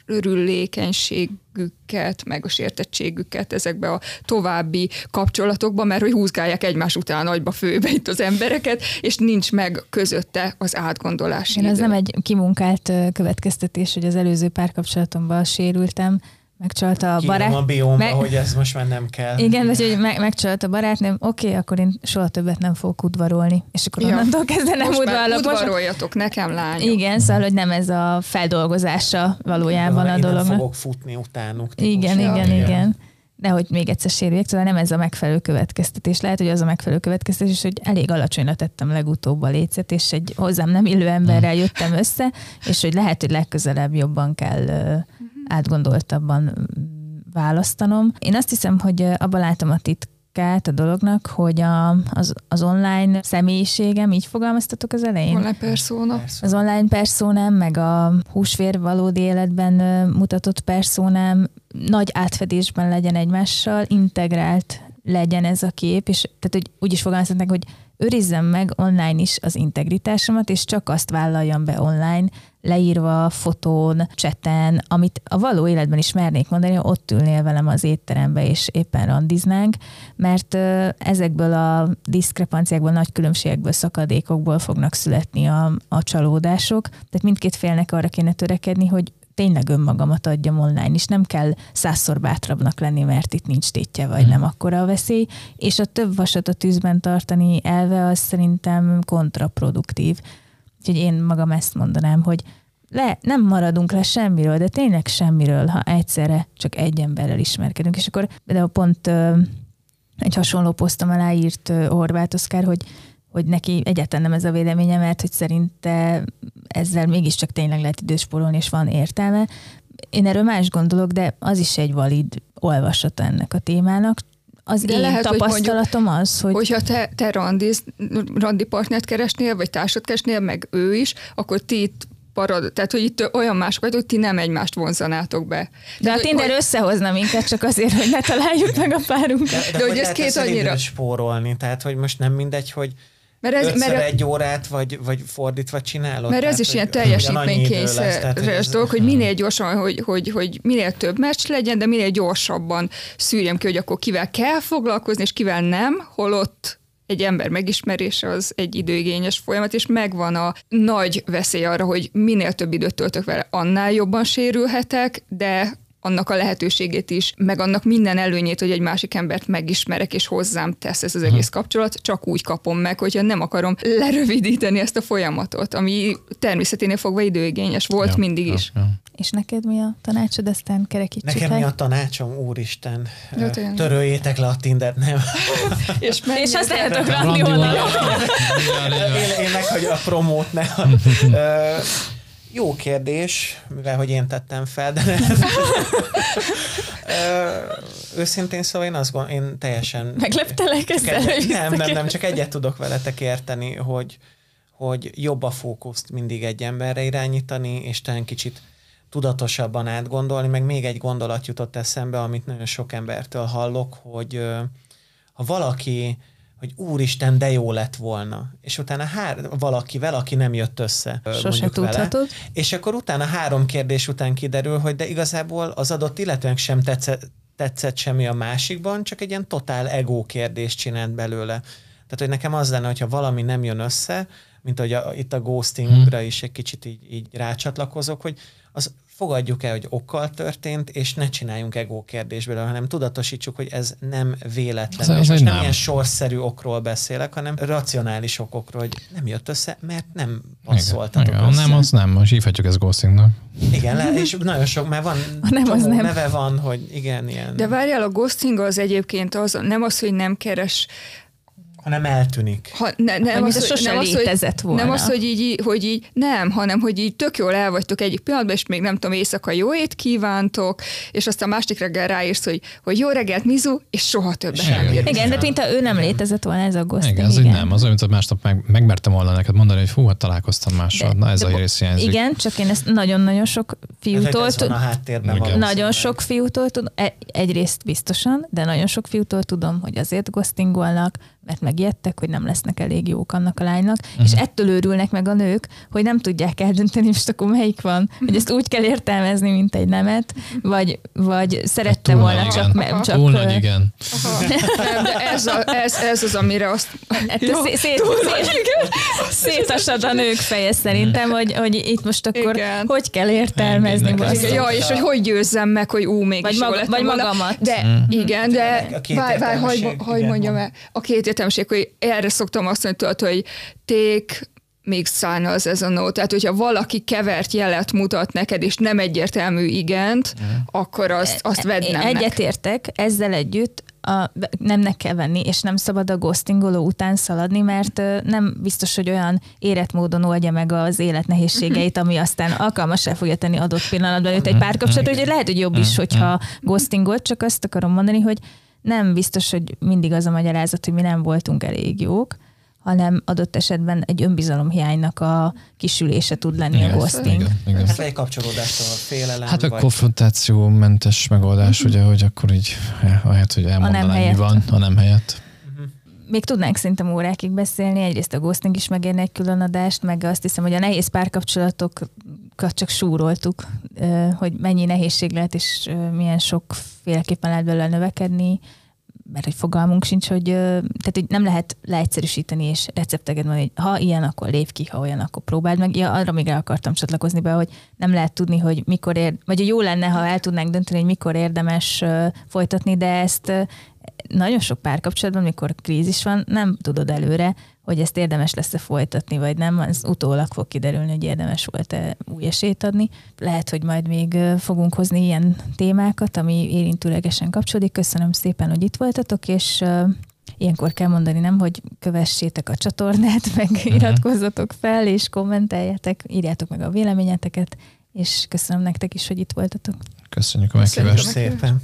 [SPEAKER 3] sérülékenységüket, meg a sértettségüket ezekbe a további kapcsolatokba, mert hogy húzgálják egymás után agyba főbe itt az embereket, és nincs meg közötte az átgondolás.
[SPEAKER 1] Ez nem egy kimunkált következtetés, hogy az előző párkapcsolatomban sérültem, megcsalta a barát.
[SPEAKER 4] A biomba, hogy ez most már nem kell.
[SPEAKER 1] Igen, vagy hogy megcsalta a barátnőm, oké, akkor én soha többet nem fogok udvarolni. És akkor onnantól kezdve nem udvarolok.
[SPEAKER 3] Udvaroljatok nekem, lányok.
[SPEAKER 1] Igen, szóval, hogy nem ez a feldolgozása valójában a dolognak.
[SPEAKER 4] Nem fogok futni utánuk.
[SPEAKER 1] Igen. De hogy még egyszer sérüljek, szóval nem ez a megfelelő következtetés. Lehet, hogy az a megfelelő következtetés, hogy elég alacsonyra tettem legutóbb a lécet, és egy hozzám nem illő emberrel jöttem össze, és hogy lehet, hogy legközelebb jobban kell átgondoltabban választanom. Én azt hiszem, hogy abban látom a titkát a dolognak, hogy az online személyiségem, így fogalmaztatok az elején?
[SPEAKER 3] Online persona.
[SPEAKER 1] Az online personám, meg a húsvér valódi életben mutatott personám nagy átfedésben legyen egymással, integrált legyen ez a kép, és tehát, hogy úgy is fogalmaztatnak, hogy őrizzem meg online is az integritásomat, és csak azt vállaljam be online, leírva, fotón, chaten, amit a való életben is mernék mondani, ha ott ülnél velem az étterembe, és éppen randiznánk, mert ezekből a diszkrepanciákból, nagy különbségekből, szakadékokból fognak születni a csalódások. Tehát mindkét félnek arra kéne törekedni, hogy tényleg önmagamat adjam online is. Nem kell 100-szor bátrabbnak lenni, mert itt nincs tétje, vagy nem akkora a veszély. És a több vasat a tűzben tartani elve az szerintem kontraproduktív. Úgyhogy én magam ezt mondanám, hogy nem maradunk le semmiről, de tényleg semmiről, ha egyszerre csak egy emberrel ismerkedünk. És akkor például pont egy hasonló posztom alá írt Horváth Oszkár, hogy neki egyáltalán nem ez a véleménye, mert hogy szerinte ezzel mégiscsak tényleg lehet időt spórolni, és van értelme. Én erről más gondolok, de az is egy valid olvasata ennek a témának. Az de én lehet, tapasztalatom hogy az, hogy...
[SPEAKER 3] Hogyha te randi partnert keresnél, vagy társat keresnél, meg ő is, akkor ti itt tehát, hogy itt olyan mások vagytok, hogy ti nem egymást vonzanátok be.
[SPEAKER 1] De a Tinder összehozna minket csak azért, hogy ne találjuk meg a párunkat.
[SPEAKER 4] De hogy ez két annyira... spórolni, tehát, hogy most nem mindegy, hogy egy órát, vagy fordítva csinálod.
[SPEAKER 3] Mert ez is ilyen teljesítménykényszeres dolog, hogy minél gyorsan, hogy minél több meccs legyen, de minél gyorsabban szűrjem ki, hogy akkor kivel kell foglalkozni, és kivel nem, holott egy ember megismerése az egy időigényes folyamat, és megvan a nagy veszély arra, hogy minél több időt töltök vele, annál jobban sérülhetek, de annak a lehetőségét is, meg annak minden előnyét, hogy egy másik embert megismerek, és hozzám tesz ez az egész kapcsolat, csak úgy kapom meg, hogyha nem akarom lerövidíteni ezt a folyamatot, ami természeténél fogva időigényes volt mindig is.
[SPEAKER 1] Ja. És neked mi a tanácsod, aztán kerekítsük
[SPEAKER 4] Nekem mi a tanácsom, úristen? Töröljétek le a Tindert, nem?
[SPEAKER 3] és
[SPEAKER 1] használjatok randi oldalon.
[SPEAKER 4] Én meghagyom a promót, nem. Jó kérdés, mivel hogy én tettem fel, de őszintén szóval én azt gondolom, én teljesen...
[SPEAKER 1] Megleptelek ezzel?
[SPEAKER 4] Nem, csak egyet tudok veletek érteni, hogy jobb a fókuszt mindig egy emberre irányítani, és talán kicsit tudatosabban átgondolni, meg még egy gondolat jutott eszembe, amit nagyon sok embertől hallok, hogy ha valaki, hogy úristen, de jó lett volna, és utána valakivel, aki nem jött össze.
[SPEAKER 1] Sose tudhatod.
[SPEAKER 4] Vele, és akkor utána 3 kérdés után kiderül, hogy de igazából az adott illetőnek sem tetszett semmi a másikban, csak egy ilyen totál ego kérdést csinált belőle. Tehát, hogy nekem az lenne, hogyha valami nem jön össze, mint ahogy itt a ghostingra is egy kicsit így rácsatlakozok, hogy az fogadjuk el, hogy okkal történt, és ne csináljunk ego kérdésből, hanem tudatosítsuk, hogy ez nem véletlen. És most nem ilyen sorszerű okról beszélek, hanem racionális okokról, hogy nem jött össze, mert nem passzoltatok össze.
[SPEAKER 2] Nem, az nem, most hívhatjuk ezt ghostingnak.
[SPEAKER 4] Igen, és nagyon sok, mert van neve van, hogy igen, ilyen.
[SPEAKER 3] De várjál, a ghosting az egyébként nem az, hogy nem keres,
[SPEAKER 4] hanem eltűnik.
[SPEAKER 1] Nem az,
[SPEAKER 3] hogy így nem, hanem hogy így tök jól el vagytok egyik pillanatban, és még nem tudom, éjszaka jó ét kívántok, és aztán másik reggel ráírsz, hogy jó reggelt, Mizu, és soha többet nem ír.
[SPEAKER 1] Igen, de mintha ő nem létezett volna, ez a ghosting.
[SPEAKER 2] Igen, ez így nem. Az olyan, mint másnap megmertem volna neked mondani, hogy hát találkoztam mással. Na ez a rész hiányzik.
[SPEAKER 1] Igen, csak én ezt nagyon-nagyon sok fiútól
[SPEAKER 4] nagyon
[SPEAKER 1] sok fiútól tudom, egyrészt biztosan, de nagyon sok fiútól tudom, hogy azért ghostingolnak, mert megijedtek, hogy nem lesznek elég jók annak a lánynak, és ettől őrülnek meg a nők, hogy nem tudják eldönteni, most akkor melyik van, hogy ezt úgy kell értelmezni, mint egy nemet, vagy szerette volna csak...
[SPEAKER 2] Túl nagy, igen.
[SPEAKER 3] Nem, de ez az, amire azt...
[SPEAKER 1] Szétasad a nők feje szerintem, hogy itt most akkor hogy kell értelmezni.
[SPEAKER 3] Ja, és hogy győzzem meg, hogy mégis jól lettem
[SPEAKER 1] vagy magamat.
[SPEAKER 3] De igen, de hogy mondjam el, a két értelmeség, hogy erre szoktam azt mondani, hogy take mixed signals ez a no. Tehát, hogyha valaki kevert jelet mutat neked, és nem egyértelmű igent, akkor azt vedd nemnek.
[SPEAKER 1] Egyetértek, ezzel együtt nemnek kell venni, és nem szabad a ghostingoló után szaladni, mert nem biztos, hogy olyan érett módon oldja meg az élet nehézségeit, ami aztán alkalmassá fogja tenni adott pillanatban őt egy párkapcsolatot, hogy lehet, hogy jobb is, hogyha ghostingolt, csak azt akarom mondani, hogy nem biztos, hogy mindig az a magyarázat, hogy mi nem voltunk elég jók, hanem adott esetben egy önbizalomhiánynak a kisülése tud lenni a ghosting.
[SPEAKER 4] Igen. Hát egy kapcsolódástól a félelem.
[SPEAKER 2] Hát a konfrontációmentes megoldás, ugye, hogy akkor így ahelyett, hogy elmondanám, mi van, a nem helyett.
[SPEAKER 1] Még tudnánk szerintem órákig beszélni, egyrészt a ghosting is megérne egy külön adást, meg azt hiszem, hogy a nehéz párkapcsolatokat csak súroltuk, hogy mennyi nehézség lehet, és milyen sokféleképpen lehet belőle növekedni, mert hogy fogalmunk sincs, hogy nem lehet leegyszerűsíteni és recepteket mondani, hogy ha ilyen, akkor lépj ki, ha olyan, akkor próbáld meg. Ja, arra még el akartam csatlakozni be, hogy nem lehet tudni, hogy mikor vagy hogy jó lenne, ha el tudnánk dönteni, hogy mikor érdemes folytatni, de ezt nagyon sok párkapcsolatban, mikor krízis van, nem tudod előre, hogy ezt érdemes lesz-e folytatni, vagy nem, ez utólag fog kiderülni, hogy érdemes volt-e új esélyt adni. Lehet, hogy majd még fogunk hozni ilyen témákat, ami érintőlegesen kapcsolódik. Köszönöm szépen, hogy itt voltatok, és ilyenkor kell mondani, nem, hogy kövessétek a csatornát, meg iratkozzatok fel, és kommenteljetek, írjátok meg a véleményeteket, és köszönöm nektek is, hogy itt voltatok.
[SPEAKER 2] Köszönjük a meghívást.
[SPEAKER 4] Szépen.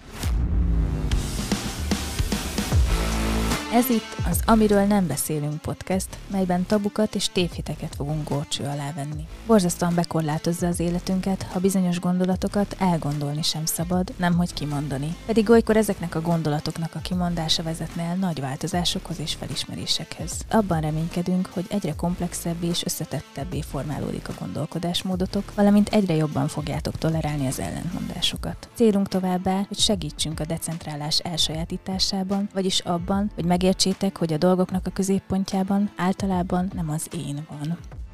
[SPEAKER 1] Ez itt az Amiről nem beszélünk podcast, melyben tabukat és tévhiteket fogunk górcső alá venni. Borzasztóan bekorlátozza az életünket, ha bizonyos gondolatokat elgondolni sem szabad, nemhogy kimondani. Pedig olykor ezeknek a gondolatoknak a kimondása vezetne el nagy változásokhoz és felismerésekhez. Abban reménykedünk, hogy egyre komplexebbé és összetettebbé formálódik a gondolkodásmódotok, valamint egyre jobban fogjátok tolerálni az ellentmondásokat. Célunk továbbá, hogy segítsünk a decentrálás elsajátításában, vagyis abban, hogy megértsétek, hogy a dolgoknak a középpontjában általában nem az én van.